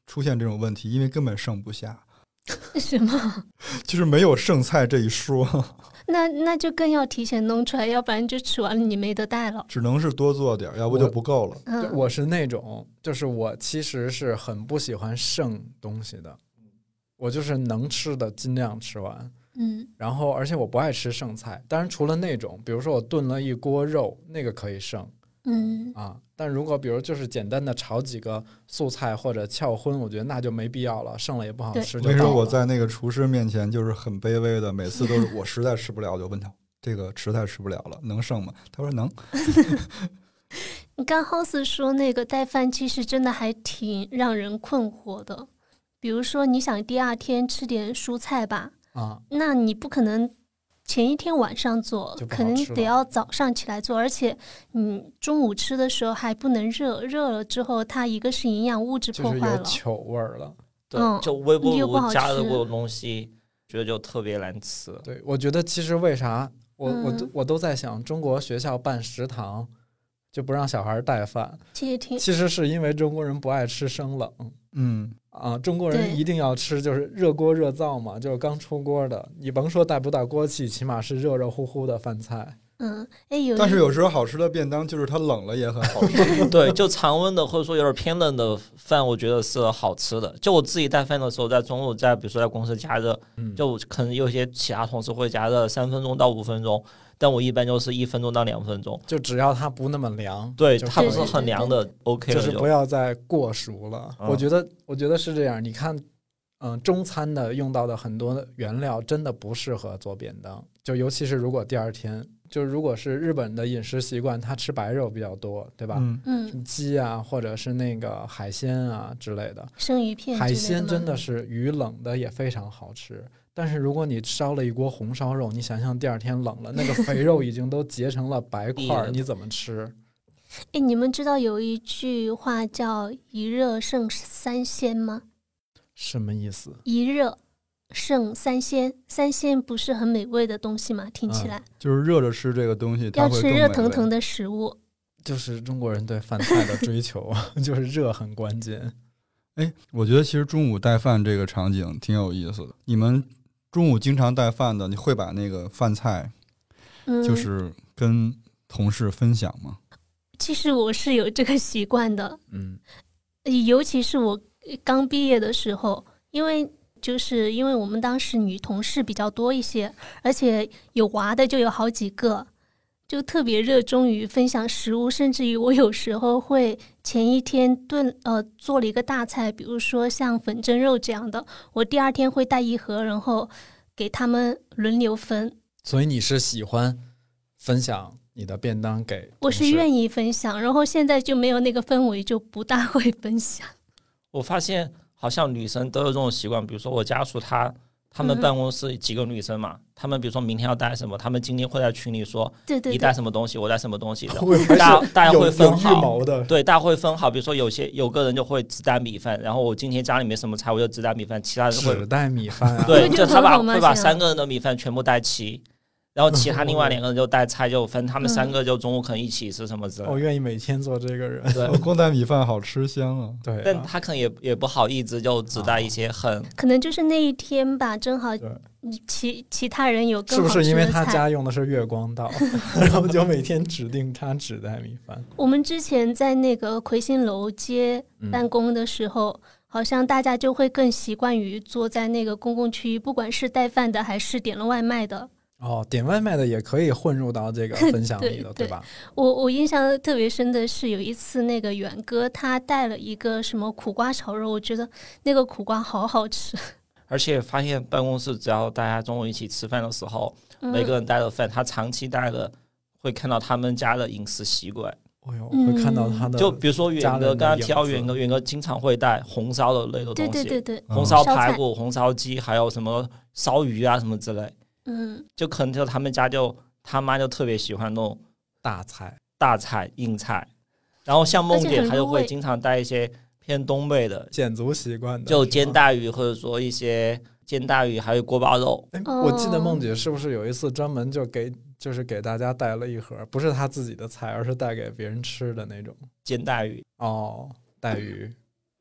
出现这种问题，因为根本剩不下。 什么？ 就是没有剩菜这一说。 那就更要提前弄出来，要不然就吃完了你没得带了。 只能是多做点，要不就不够了。 我是那种，就是我其实是很不喜欢剩东西的，我就是能吃的尽量吃完。然后而且我不爱吃剩菜，当然除了那种，比如说我炖了一锅肉，那个可以剩。但如果比如就是简单的炒几个素菜或者翘荤，我觉得那就没必要了，剩了也不好吃。 为什么我在那个厨师面前就是很卑微的，每次都是我实在吃不了，我就问他这个实在吃不了了，能剩吗？他说能。 你刚 House 说那个带饭其实真的还挺让人困惑的，比如说你想第二天吃点蔬菜吧，那你不可能前一天晚上做，可能得要早上起来做，而且你中午吃的时候还不能热了之后它一个是营养物质破坏了， 就是有糗味了。 对，就微波炉加热过的东西觉得就特别难吃。 对，我觉得其实为啥我都在想，中国学校办食堂就不让小孩带饭，其实是因为中国人不爱吃生冷。中国人一定要吃就是热锅热灶嘛，就是刚出锅的，你甭说带不带锅气，起码是热热乎乎的饭菜。 但是有时候好吃的便当就是它冷了也很好吃。 对，就常温的或者说有点偏冷的饭，我觉得是好吃的。就我自己带饭的时候，在中午比如说在公司加热，就可能有些其他同事会加热3分钟到5分钟，但我一般就是1分钟到2分钟， 就只要它不那么凉， 对，它不是很凉的 OK 了， 就是不要再过熟了。我觉得是这样。你看中餐的用到的很多原料真的不适合做便当，就尤其是如果第二天，就如果是日本的饮食习惯，他吃白肉比较多，对吧？什么鸡啊，或者是那个海鲜啊之类的， 生鱼片海鲜真的是鱼冷的也非常好吃。但是如果你烧了一锅红烧肉，你想象第二天冷了，那个肥肉已经都结成了白块，你怎么吃？ 你们知道有一句话叫一热胜三鲜吗？ 什么意思？ 一热胜三鲜，三鲜不是很美味的东西吗？听起来就是热着吃这个东西， 要吃热腾腾的食物， 就是中国人对饭菜的追求，就是热很关键。 我觉得其实中午带饭这个场景挺有意思的。你们中午经常带饭的，你会把那个饭菜就是跟同事分享吗？ 其实我是有这个习惯的，尤其是我刚毕业的时候，因为我们当时女同事比较多一些，而且有娃的就有好几个，就特别热衷于分享食物，甚至于我有时候会前一天做了一个大菜，比如说像粉蒸肉这样的，我第二天会带一盒，然后给他们轮流分。 所以你是喜欢分享你的便当给同事？ 我是愿意分享，然后现在就没有那个氛围，就不大会分享。我发现好像女生都有这种习惯，比如说我家属他们办公室几个女生嘛，他们比如说明天要带什么，他们今天会在群里说， 对你带什么东西，我带什么东西的， 大家会分好的， 对，大家会分好。比如说有个人就会只带米饭，然后我今天家里没什么菜，我就只带米饭，其他人会只带米饭啊？ 对，就他会把3个人的米饭全部带齐。然后其他另外2个人就带菜，就分他们3个就中午可能一起吃什么之类的。 我愿意每天做这个人。 对， 光带米饭好吃香啊。 对， 但他可能也不好意思，就只带一些可能就是那一天吧，正好其他人有更好吃的菜。 是不是因为他家用的是月光刀，然后就每天指定他只带米饭？ 我们之前在那个魁星楼街办公的时候，好像大家就会更习惯于坐在那个公共区域，不管是带饭的还是点了外卖的。 点外卖的也可以混入到这个分享里的对吧？ 我印象特别深的是有一次那个远哥他带了一个什么苦瓜炒肉，我觉得那个苦瓜好好吃。 而且发现办公室只要大家中午一起吃饭的时候，每个人带了饭，他长期带了会看到他们家的饮食习惯。 会看到他的， 就比如说远哥，刚刚提到远哥经常会带红烧的类的东西， 对， 红烧排骨、红烧鸡，还有什么烧鱼啊什么之类。就可能就他们家他妈就特别喜欢那种大菜硬菜，然后像梦姐她就会经常带一些偏东北的简族习惯的， 就煎大鱼或者说一些煎大鱼，还有锅包肉。 我记得梦姐是不是有一次专门就是给大家带了一盒，不是她自己的菜，而是带给别人吃的那种煎带鱼。 带鱼。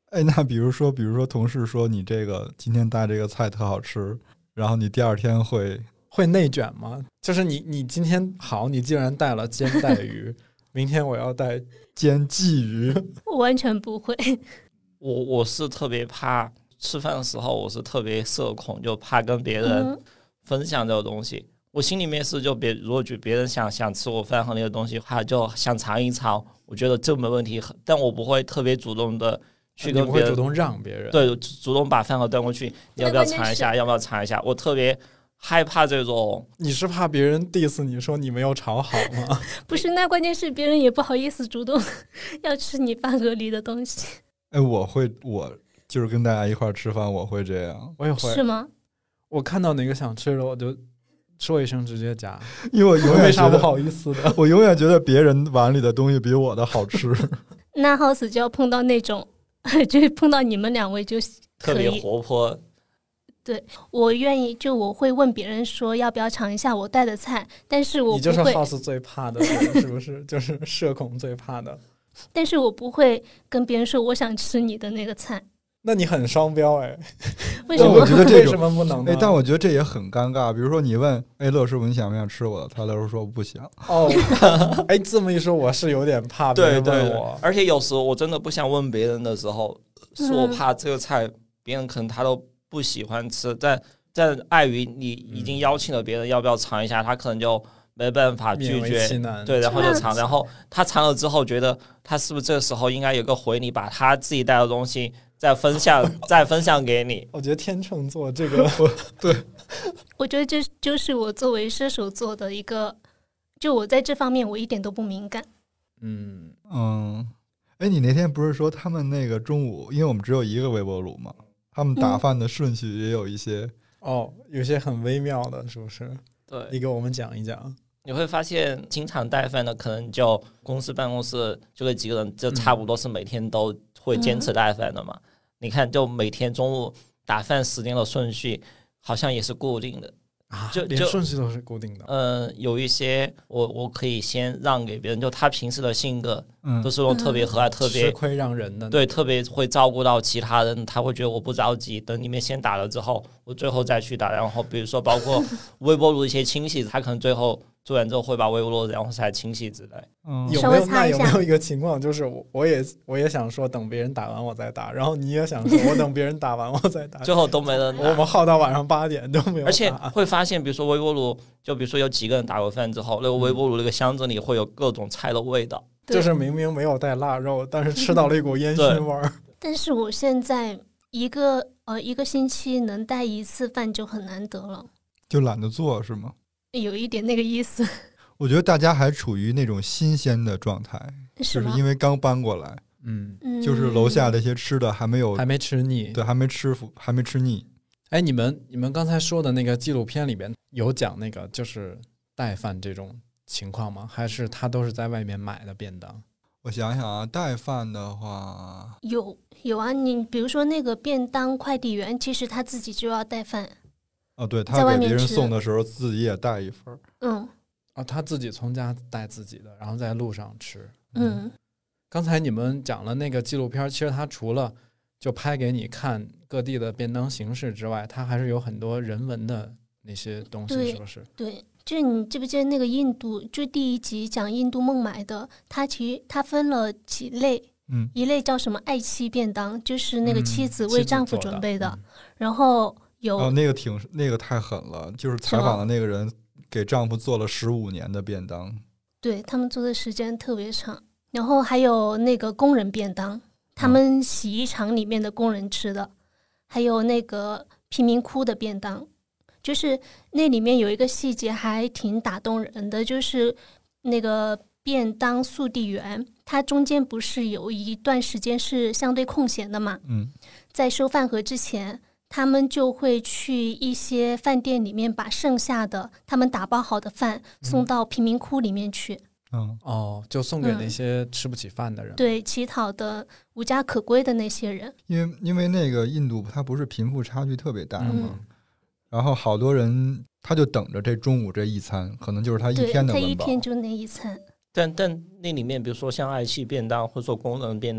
哎，那比如说同事说你这个今天带这个菜特好吃，然后你第二天会内卷吗？就是你今天好，你既然带了煎带鱼，明天我要带煎鲫鱼。 我完全不会。 我是特别怕吃饭的时候，我是特别社恐，就怕跟别人分享这个东西。我心里面是就如果别人想吃我饭和那个东西的话，就想尝一尝，我觉得这没问题，但我不会特别主动的去跟别人， 你不会主动让别人， 对，主动把饭盒端过去，你要不要尝一下？要不要尝一下？我特别害怕这种。 你是怕别人 diss 你说你没有炒好吗？ 不是，那关键是别人也不好意思主动要吃你饭盒里的东西。 哎，我就是跟大家一块吃饭，我会这样。 我也会。 是吗？ 我看到哪个想吃的，我就说一声直接夹， 因为我永远没啥不好意思的。 我永远觉得别人碗里的东西比我的好吃。 那 House 就要碰到那种，就碰到你们两位就可以特别活泼。 对，我愿意，就我会问别人说要不要尝一下我带的菜，但是我不会。 你就是 House 最怕的人，是不是？就是社恐最怕的。 但是我不会跟别人说我想吃你的那个菜。 那你很双标哎。 为什么？ 我觉得这种为什么不能呢？ 但我觉得这也很尴尬。比如说你问乐师傅你想不想吃我的，他乐师傅说不想。 哦，哎，这么一说我是有点怕别人问我。 对，而且有时候我真的不想问别人的时候，是我怕这个菜别人可能他都不喜欢吃，但碍于你已经邀请了别人要不要尝一下，他可能就没办法拒绝，对，然后就尝，然后他尝了之后觉得他是不是这个时候应该有个回礼，把他自己带的东西再分享给你。 我觉得天秤座这个对， 我觉得这就是我作为射手座的一个，就我在这方面我一点都不敏感。 哎，你那天不是说他们那个中午，因为我们只有一个微波炉嘛，他们打饭的顺序也有一些有些很微妙的，是不是？ 对， 你给我们讲一讲。 你会发现经常带饭的可能就公司办公室就这几个人，就差不多是每天都会坚持带饭的嘛。你看就每天中午打饭时间的顺序好像也是固定的啊，连顺序都是固定的。 有一些我可以先让给别人，就他平时的性格都是那种特别和蔼、特别吃亏让人的， 对，特别会照顾到其他人，他会觉得我不着急，等你们先打了之后，我最后再去打。然后比如说包括微波炉一些清洗，他可能最后做完之后会把微波炉然后才清洗之类。 有没有一个情况，就是我也想说等别人打完我再打，然后你也想说我等别人打完我再打， 最后都没人打。 我们耗到晚上8点都没有打。 而且会发现，比如说微波炉，就比如说有几个人打过饭之后，那个微波炉那个箱子里会有各种菜的味道， 就是明明没有带腊肉，但是吃到了一股烟熏味儿。 但是我现在一个星期能带一次饭就很难得了， 就懒得做是吗？ 有一点那个意思。 我觉得大家还处于那种新鲜的状态，就是因为刚搬过来，就是楼下那些吃的还没吃腻，对，还没吃腻。 哎，你们刚才说的那个纪录片里边有讲那个就是带饭这种情况吗？还是他都是在外面买的便当？ 我想想啊，带饭的话有啊，你比如说那个便当快递员，其实他自己就要带饭。 对，他给别人送的时候自己也带一份。 他自己从家带自己的，然后在路上吃。刚才你们讲了那个纪录片，其实他除了就拍给你看各地的便当形式之外，它还是有很多人文的那些东西，是不是？ 对，就你记不记得那个印度，就第1集讲印度孟买的，它分了几类，一类叫什么爱妻便当，就是那个妻子为丈夫准备的，然后有那个太狠了，就是采访的那个人给丈夫做了15年的便当， 对，他们做的时间特别长。然后还有那个工人便当，他们洗衣厂里面的工人吃的，还有那个贫民窟的便当，就是那里面有一个细节还挺打动人的，就是那个便当速递员，他中间不是有一段时间是相对空闲的嘛，在收饭盒之前，他们就会去一些饭店里面把剩下的他们打包好的饭送到贫民窟里面去。 就送给那些吃不起饭的人， 对，乞讨的无家可归的那些人。 因为那个印度它不是贫富差距特别大吗？然后好多人他就等着这中午这一餐，可能就是他一天的温饱， 他一天就那一餐。 但那里面比如说像爱妻便当或者说工人便当，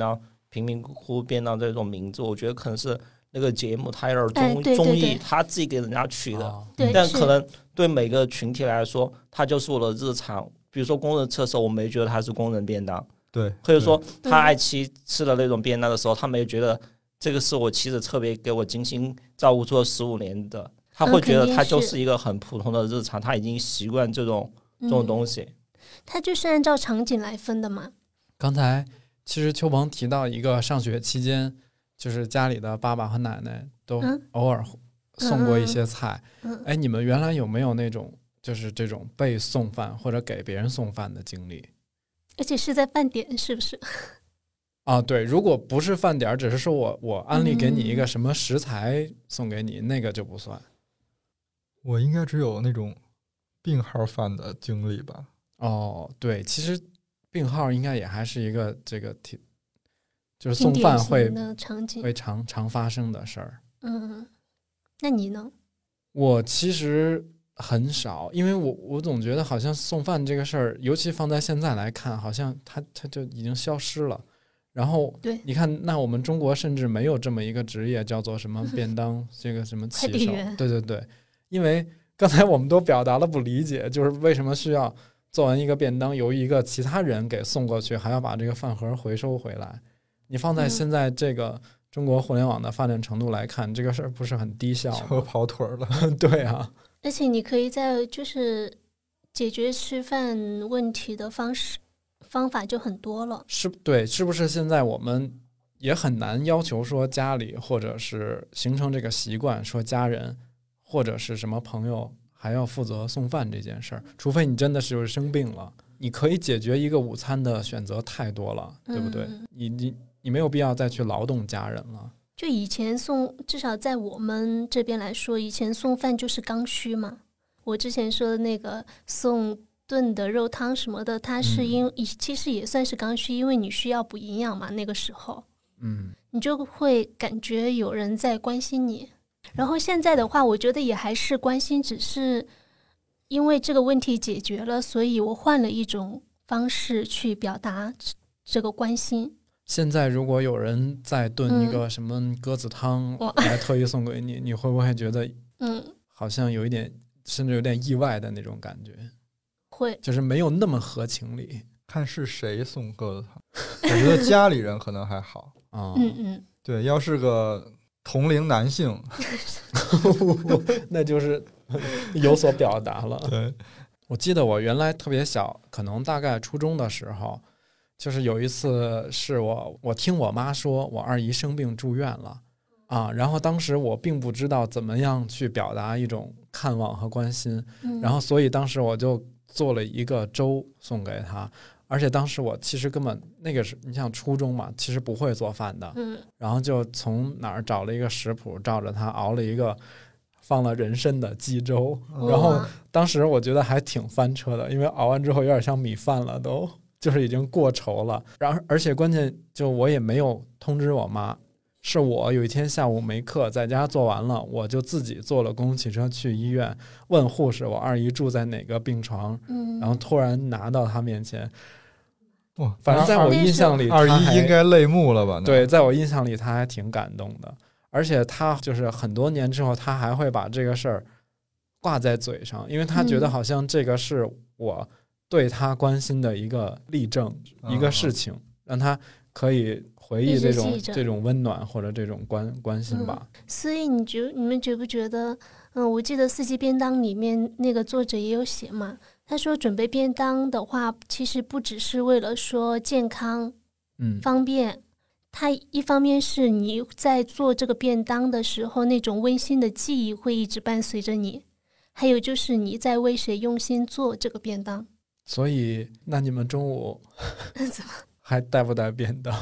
贫民窟便当这种名字，我觉得可能是那个节目它有点对综艺他自己给人家取的， 对， 但可能对每个群体来说它就是我的日常。比如说工人吃的时候，我没觉得它是工人便当， 对， 或者说他爱妻吃的那种便当的时候，他没觉得这个是我妻子特别给我精心照顾做了15年的，他会觉得它就是一个很普通的日常，他已经习惯这种东西。 他就是按照场景来分的嘛。 刚才其实邱鹏提到一个上学期间，就是家里的爸爸和奶奶都偶尔送过一些菜。哎，你们原来有没有那种就是这种被送饭或者给别人送饭的经历？ 而且是在饭点，是不是？ 啊，对，如果不是饭点，只是说我安利给你一个什么食材送给你，那个就不算。 我应该只有那种病号饭的经历吧。 哦，对，其实病号应该也还是一个这个就是送饭会常发生的事儿。 那你呢？ 我其实很少，因为我总觉得好像送饭这个事儿，尤其放在现在来看，好像它就已经消失了。然后你看，那我们中国甚至没有这么一个职业叫做什么便当这个什么骑手。对对对，因为刚才我们都表达了不理解，就是为什么需要做完一个便当由一个其他人给送过去，还要把这个饭盒回收回来。你放在现在这个中国互联网的发展程度来看，这个事儿不是很低效吗？ 就跑腿了。 对啊， 而且你可以在就是解决吃饭问题的方法就很多了。 对，是不是现在我们也很难要求说家里或者是形成这个习惯，说家人或者是什么朋友还要负责送饭这件事儿？除非你真的是生病了，你可以解决一个午餐的选择太多了，对不对？你没有必要再去劳动家人了。 就以前至少在我们这边来说，以前送饭就是刚需嘛。我之前说的那个送炖的肉汤什么的，它是其实也算是刚需，因为你需要补营养嘛，那个时候你就会感觉有人在关心你。然后现在的话，我觉得也还是关心，只是因为这个问题解决了，所以我换了一种方式去表达这个关心。 现在如果有人在炖一个什么鸽子汤来特意送给你，你会不会觉得好像有一点甚至有点意外的那种感觉？ 会， 就是没有那么合情理。 看是谁送鸽子汤，我觉得家里人可能还好对，要是个同龄男性那就是有所表达了。 对， 我记得我原来特别小，可能大概初中的时候，就是有一次是我听我妈说我二姨生病住院了然后当时我并不知道怎么样去表达一种看望和关心，然后所以当时我就做了一个粥送给她。而且当时我其实根本那个是你像初中嘛，其实不会做饭的然后就从哪儿找了一个食谱，照着它熬了一个放了人参的鸡粥然后当时我觉得还挺翻车的，因为熬完之后有点像米饭了，都就是已经过稠了。然后而且关键就我也没有通知我妈，是我有一天下午没课在家做完了，我就自己坐了公共汽车去医院，问护士我二姨住在哪个病床然后突然拿到她面前反正在我印象里二姨应该泪目了吧？ 对，在我印象里她还挺感动的，而且她就是很多年之后她还会把这个事儿挂在嘴上，因为她觉得好像这个是我对她关心的一个例证一个事情，让她可以回忆这种温暖或者这种关心吧。 所以你们觉不觉得我记得4季便当里面那个作者也有写嘛，他说准备便当的话其实不只是为了说健康方便，它一方面是你在做这个便当的时候那种温馨的记忆会一直伴随着你，还有就是你在为谁用心做这个便当。 所以那你们中午还带不带便当？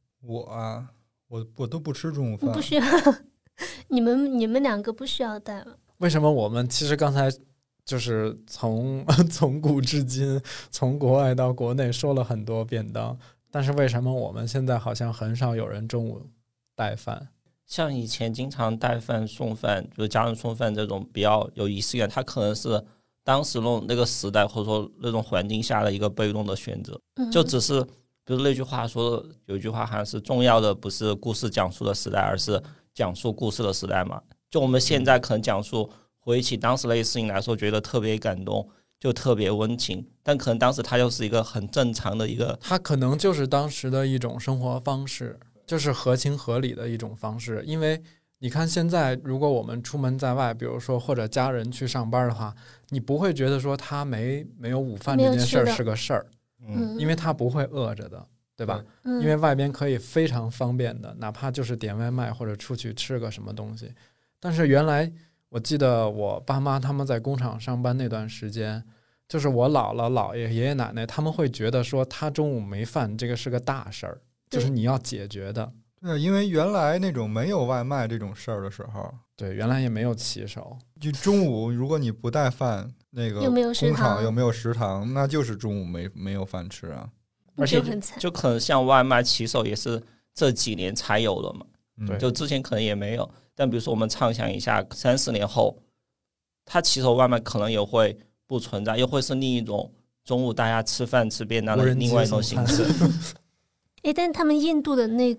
我都不吃中午饭。 不需要你们两个不需要带了。 为什么我们其实刚才就是从古至今从国外到国内说了很多便当，但是为什么我们现在好像很少有人中午带饭？ 像以前经常带饭送饭，就是家人送饭这种比较有仪式感，它可能是当时那个时代或者说那种环境下的一个被动的选择就只是比如那句话说的，有一句话好像是重要的不是故事讲述的时代，而是讲述故事的时代嘛。就我们现在可能讲述回忆起当时那些事情来说，觉得特别感动，就特别温情，但可能当时它又是一个很正常的一个， 它可能就是当时的一种生活方式，就是合情合理的一种方式。因为你看现在如果我们出门在外，比如说或者家人去上班的话，你不会觉得说他没有午饭这件事儿是个事儿，因为他不会饿着的，对吧？因为外边可以非常方便的，哪怕就是点外卖或者出去吃个什么东西。但是原来我记得我爸妈他们在工厂上班那段时间，就是我姥姥姥爷爷爷奶奶他们会觉得说他中午没饭这个是个大事儿，就是你要解决的。 对，因为原来那种没有外卖这种事儿的时候， 对，原来也没有骑手， 就中午如果你不带饭，那个工厂又没有食堂，那就是中午没有饭吃啊。 而且就可能像外卖骑手也是这几年才有的嘛，就之前可能也没有。但比如说我们畅想一下30年后，他骑手外卖可能也会不存在，又会是另一种中午大家吃饭吃便当的另外一种形式。 但他们印度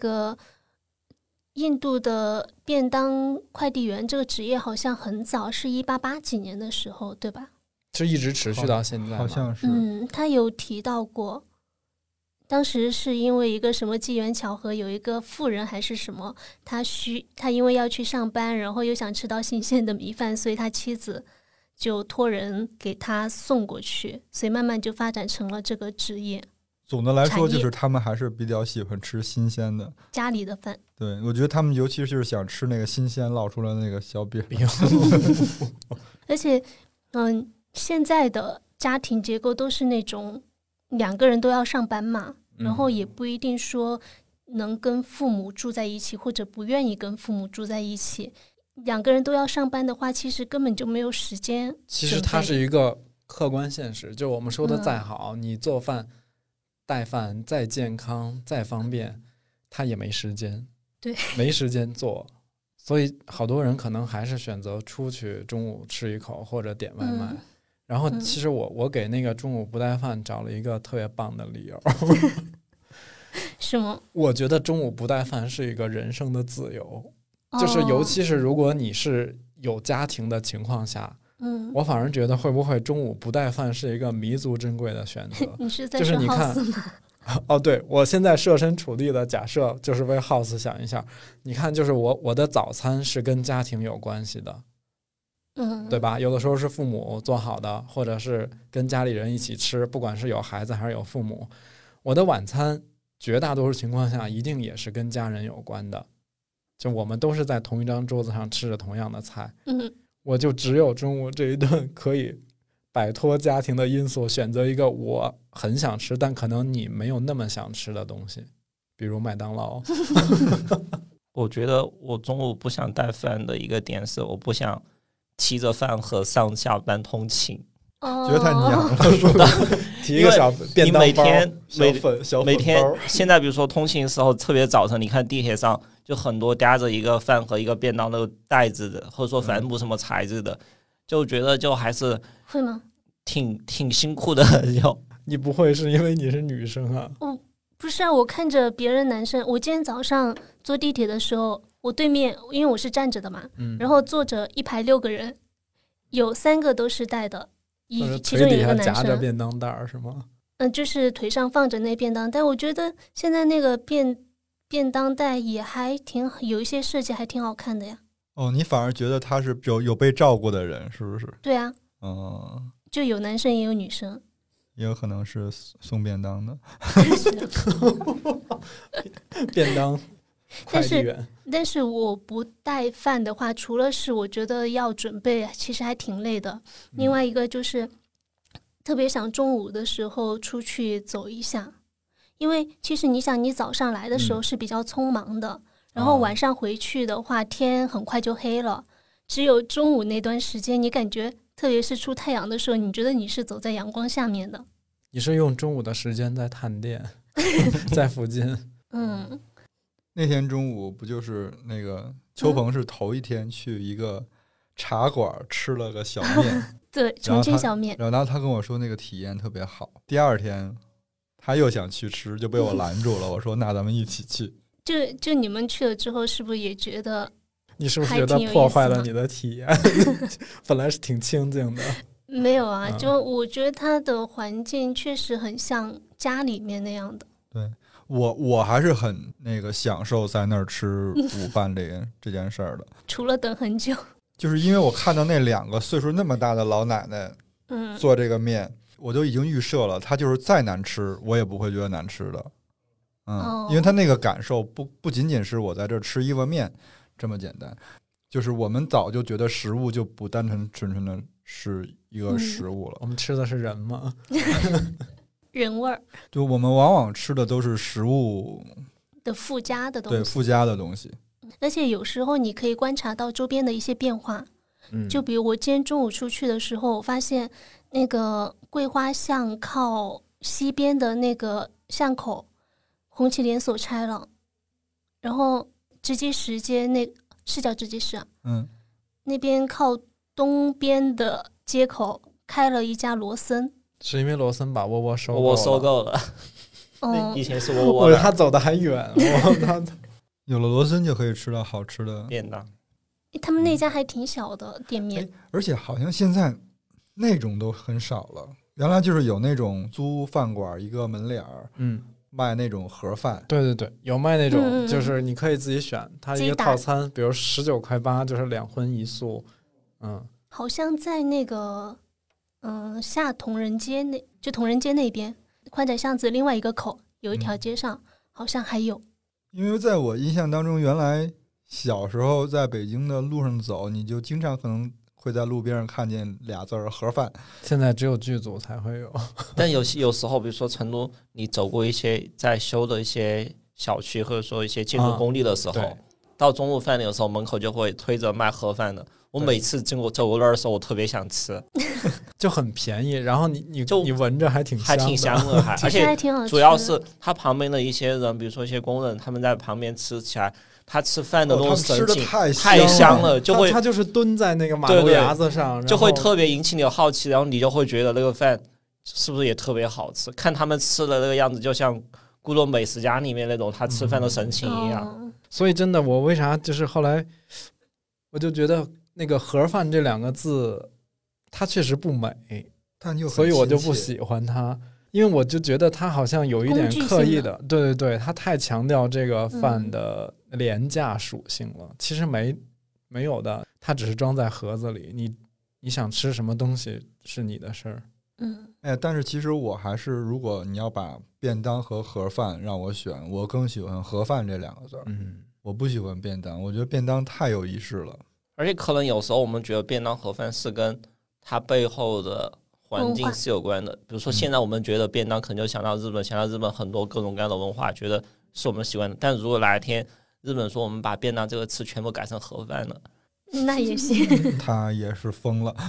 的便当快递员这个职业好像很早，是1880几年的时候，对吧？ 是一直持续到现在吗？ 好像是。 他有提到过，当时是因为一个什么机缘巧合，有一个富人还是什么，他因为要去上班，然后又想吃到新鲜的米饭，所以他妻子就托人给他送过去，所以慢慢就发展成了这个职业。 总的来说就是他们还是比较喜欢吃新鲜的家里的饭。 对，我觉得他们尤其是想吃那个新鲜烙出来的那个小饼。 而且现在的家庭结构都是那种2个人都要上班嘛，然后也不一定说能跟父母住在一起，或者不愿意跟父母住在一起。2个人都要上班的话，其实根本就没有时间。 其实它是一个客观现实，就我们说的再好，你做饭带饭再健康再方便，他也没时间， 对， 没时间做，所以好多人可能还是选择出去中午吃一口或者点外卖。然后其实我给那个中午不带饭找了一个特别棒的理由。 什么？ 我觉得中午不带饭是一个人生的自由，就是尤其是如果你是有家庭的情况下，我反而觉得会不会中午不带饭是一个弥足珍贵的选择。 你是在说 house 吗？对，我现在设身处地的假设，就是为 house 想一下。你看，就是我的早餐是跟家庭有关系的，对吧？有的时候是父母做好的，或者是跟家里人一起吃，不管是有孩子还是有父母。我的晚餐绝大多数情况下一定也是跟家人有关的，就我们都是在同一张桌子上吃着同样的菜。我就只有中午这一顿可以摆脱家庭的因素，选择一个我很想吃但可能你没有那么想吃的东西，比如麦当劳。 我觉得我中午不想带饭的一个点是，我不想提着饭盒上下班通勤， 觉得太娘了，是吧？ 提一个小便当包， 每天现在比如说通勤的时候，特别早晨，你看地铁上就很多夹着一个饭和一个便当的袋子的，或者说帆布什么材质的，就觉得就还是会吗？ 挺辛苦的。 你不会是因为你是女生啊？ 不是啊，我看着别人男生，我今天早上坐地铁的时候，我对面因为我是站着的嘛，然后坐着一排6个人，有3个都是带的，其中有一个男生夹着便当袋是吗？ 就是腿上放着那便当袋。我觉得现在那个便当袋也还有一些设计还挺好看的呀。 你反而觉得他是有被照顾的人，是不是？ 对啊，就有男生也有女生， 也有可能是送便当的。 便当快递员。 但是我不带饭的话，除了是我觉得要准备，其实还挺累的。另外一个就是特别想中午的时候出去走一下，因为其实你想，你早上来的时候是比较匆忙的，然后晚上回去的话，天很快就黑了。只有中午那段时间，你感觉特别是出太阳的时候，你觉得你是走在阳光下面的。 你是用中午的时间在探店，在附近。 那天中午不就是那个秋鹏是头一天去一个茶馆吃了个小面， 对，重庆小面。 然后他跟我说那个体验特别好。第二天他又想去吃，就被我拦住了。我说那咱们一起去。 就你们去了之后，是不是也觉得？ 你是不是觉得破坏了你的体验？本来是挺清静的。 没有啊，就我觉得它的环境确实很像家里面那样的。 对，我还是很享受在那儿吃午饭这件事儿的。 除了等很久， 就是因为我看到那2个岁数那么大的老奶奶做这个面，我就已经预设了，它就是再难吃我也不会觉得难吃的。因为它那个感受不仅仅是我在这儿吃一碗面这么简单，就是我们早就觉得食物就不单纯的是一个食物了。 我们吃的是人吗？ 人味儿。 就我们往往吃的都是食物的附加的东西， 对，附加的东西。 而且有时候你可以观察到周边的一些变化。就比如我今天中午出去的时候，我发现那个桂花巷靠西边的那个巷口红旗连锁拆了，然后直吉石街是叫直吉石啊，那边靠东边的街口开了一家罗森。 是因为罗森把窝窝收购了。以前是窝窝的，他走的还远。 有了罗森就可以吃到好吃的便当。 他们那家还挺小的店面， 而且好像现在那种都很少了。原来就是有那种租饭馆一个门脸儿，卖那种盒饭。 对对对，有卖那种，就是你可以自己选，它一个套餐，比如19.8块，就是2荤1素。 好像在那个下同仁街就同仁街那边宽窄巷子另外一个口有一条街上，好像还有。 因为在我印象当中，原来小时候在北京的路上走，你就经常可能会在路边上看见俩字儿盒饭。 现在只有剧组才会有。 但有时候比如说成都你走过一些在修的一些小区，或者说一些建筑工地的时候，到中午饭点的时候门口就会推着卖盒饭的。我每次走过那儿的时候我特别想吃， 就很便宜，然后你闻着还挺香的，而且主要是他旁边的一些人，比如说一些工人，他们在旁边吃起来，他吃饭的那种神情太香了，就会他就是蹲在那个马路牙子上， 就会特别引起你的好奇，然后你就会觉得那个饭是不是也特别好吃？看他们吃的那个样子，就像孤陋美食家里面那种他吃饭的神情一样。 所以真的，我为啥就是后来我就觉得那个盒饭这2个字，它确实不美，所以我就不喜欢它。因为我就觉得它好像有一点刻意的，对对对，它太强调这个饭的廉价属性了。其实没有的，它只是装在盒子里，你想吃什么东西是你的事儿。 但是其实我还是，如果你要把便当和盒饭让我选，我更喜欢盒饭这2个字。我不喜欢便当，我觉得便当太有仪式了。 而且可能有时候我们觉得便当盒饭是跟它背后的环境是有关的，比如说现在我们觉得便当可能就想到日本很多各种各样的文化，觉得是我们喜欢的。但如果哪一天日本说我们把便当这个词全部改成盒饭了， 那也行。 他也是疯了。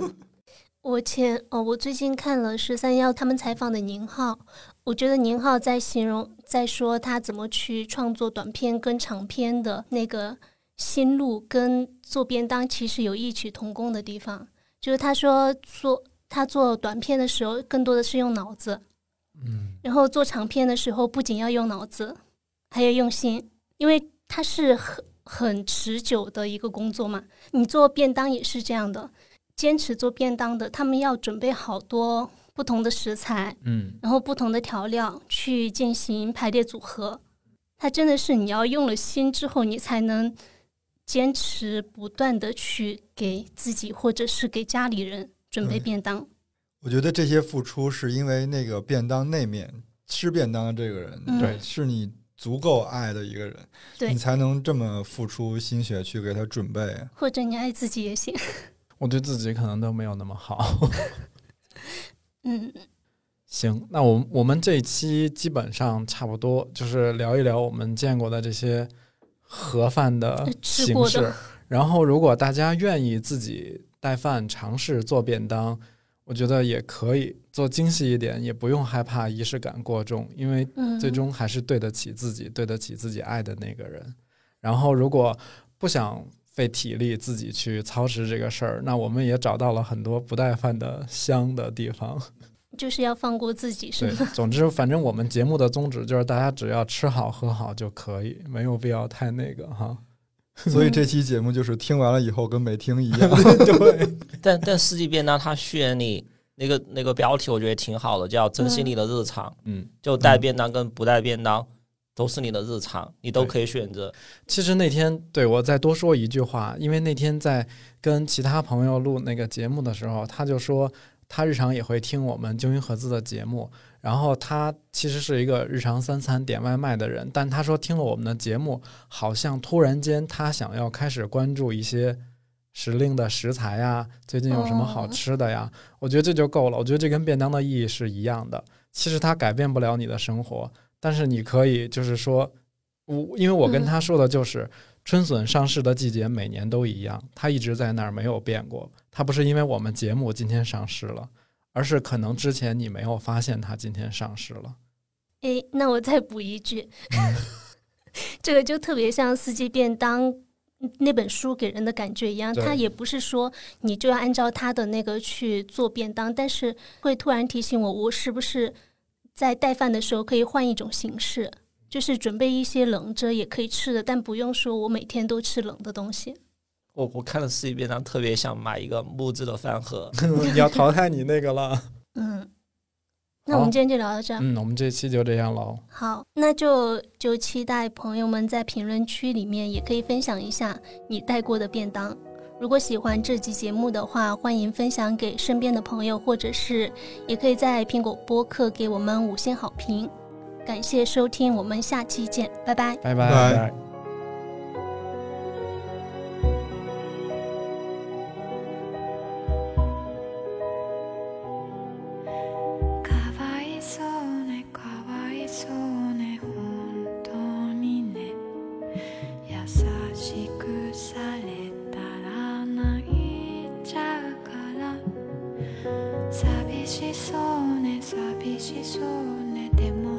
我最近看了13他们采访的宁浩，我觉得宁浩在说他怎么去创作短片跟长片的那个心路，跟做便当其实有异曲同工的地方。就是他说他做短片的时候更多的是用脑子，然后做长片的时候不仅要用脑子还要用心，因为它是很持久的一个工作嘛。你做便当也是这样的，坚持做便当的他们要准备好多不同的食材，然后不同的调料去进行排列组合。它真的是你要用了心之后，你才能坚持不断的去给自己或者是给家里人准备便当。 我觉得这些付出是因为那个便当那面吃便当的这个人，对，是你足够爱的一个人，对，你才能这么付出心血去给他准备。 或者你爱自己也行。 我对自己可能都没有那么好。行，那我们这一期基本上差不多，就是聊一聊我们见过的这些盒饭的形式。然后如果大家愿意自己带饭尝试做便当，我觉得也可以做精细一点，也不用害怕仪式感过重，因为最终还是对得起自己，对得起自己爱的那个人。然后如果不想费体力自己去操持这个事儿，那我们也找到了很多不带饭的香的地方。 就是要放过自己，是吗？ 对，总之反正我们节目的宗旨就是大家只要吃好喝好就可以，没有必要太那个哈。 所以这期节目就是听完了以后跟没听一样。 对， 但世纪便当它选你那个标题我觉得挺好的，叫珍惜你的日常。就带便当跟不带便当都是你的日常，你都可以选择。 其实那天对我再多说一句话，因为那天在跟其他朋友录那个节目的时候，他就说他日常也会听我们鲸鱼盒子的节目，然后他其实是一个日常3餐点外卖的人，但他说听了我们的节目，好像突然间他想要开始关注一些时令的食材呀，最近有什么好吃的呀，我觉得这就够了。我觉得这跟便当的意义是一样的，其实它改变不了你的生活，但是你可以就是说因为我跟他说的就是春笋上市的季节每年都一样，它一直在那儿没有变过，它不是因为我们节目今天上市了，而是可能之前你没有发现它今天上市了。 那我再补一句，这个就特别像四季便当那本书给人的感觉一样，它也不是说你就要按照它的那个去做便当，但是会突然提醒我是不是在带饭的时候可以换一种形式，就是准备一些冷着也可以吃的，但不用说我每天都吃冷的东西。 我看了世纪便当特别想买一个木质的饭盒。 你要淘汰你那个了。 那我们今天就聊到这。 我们这期就这样喽。 好，那就期待朋友们在评论区里面也可以分享一下你带过的便当。如果喜欢这期节目的话，欢迎分享给身边的朋友，或者是也可以在苹果播客给我们5星好评。感谢收听，我们下期见，拜拜， 拜拜。 寂しそうねでも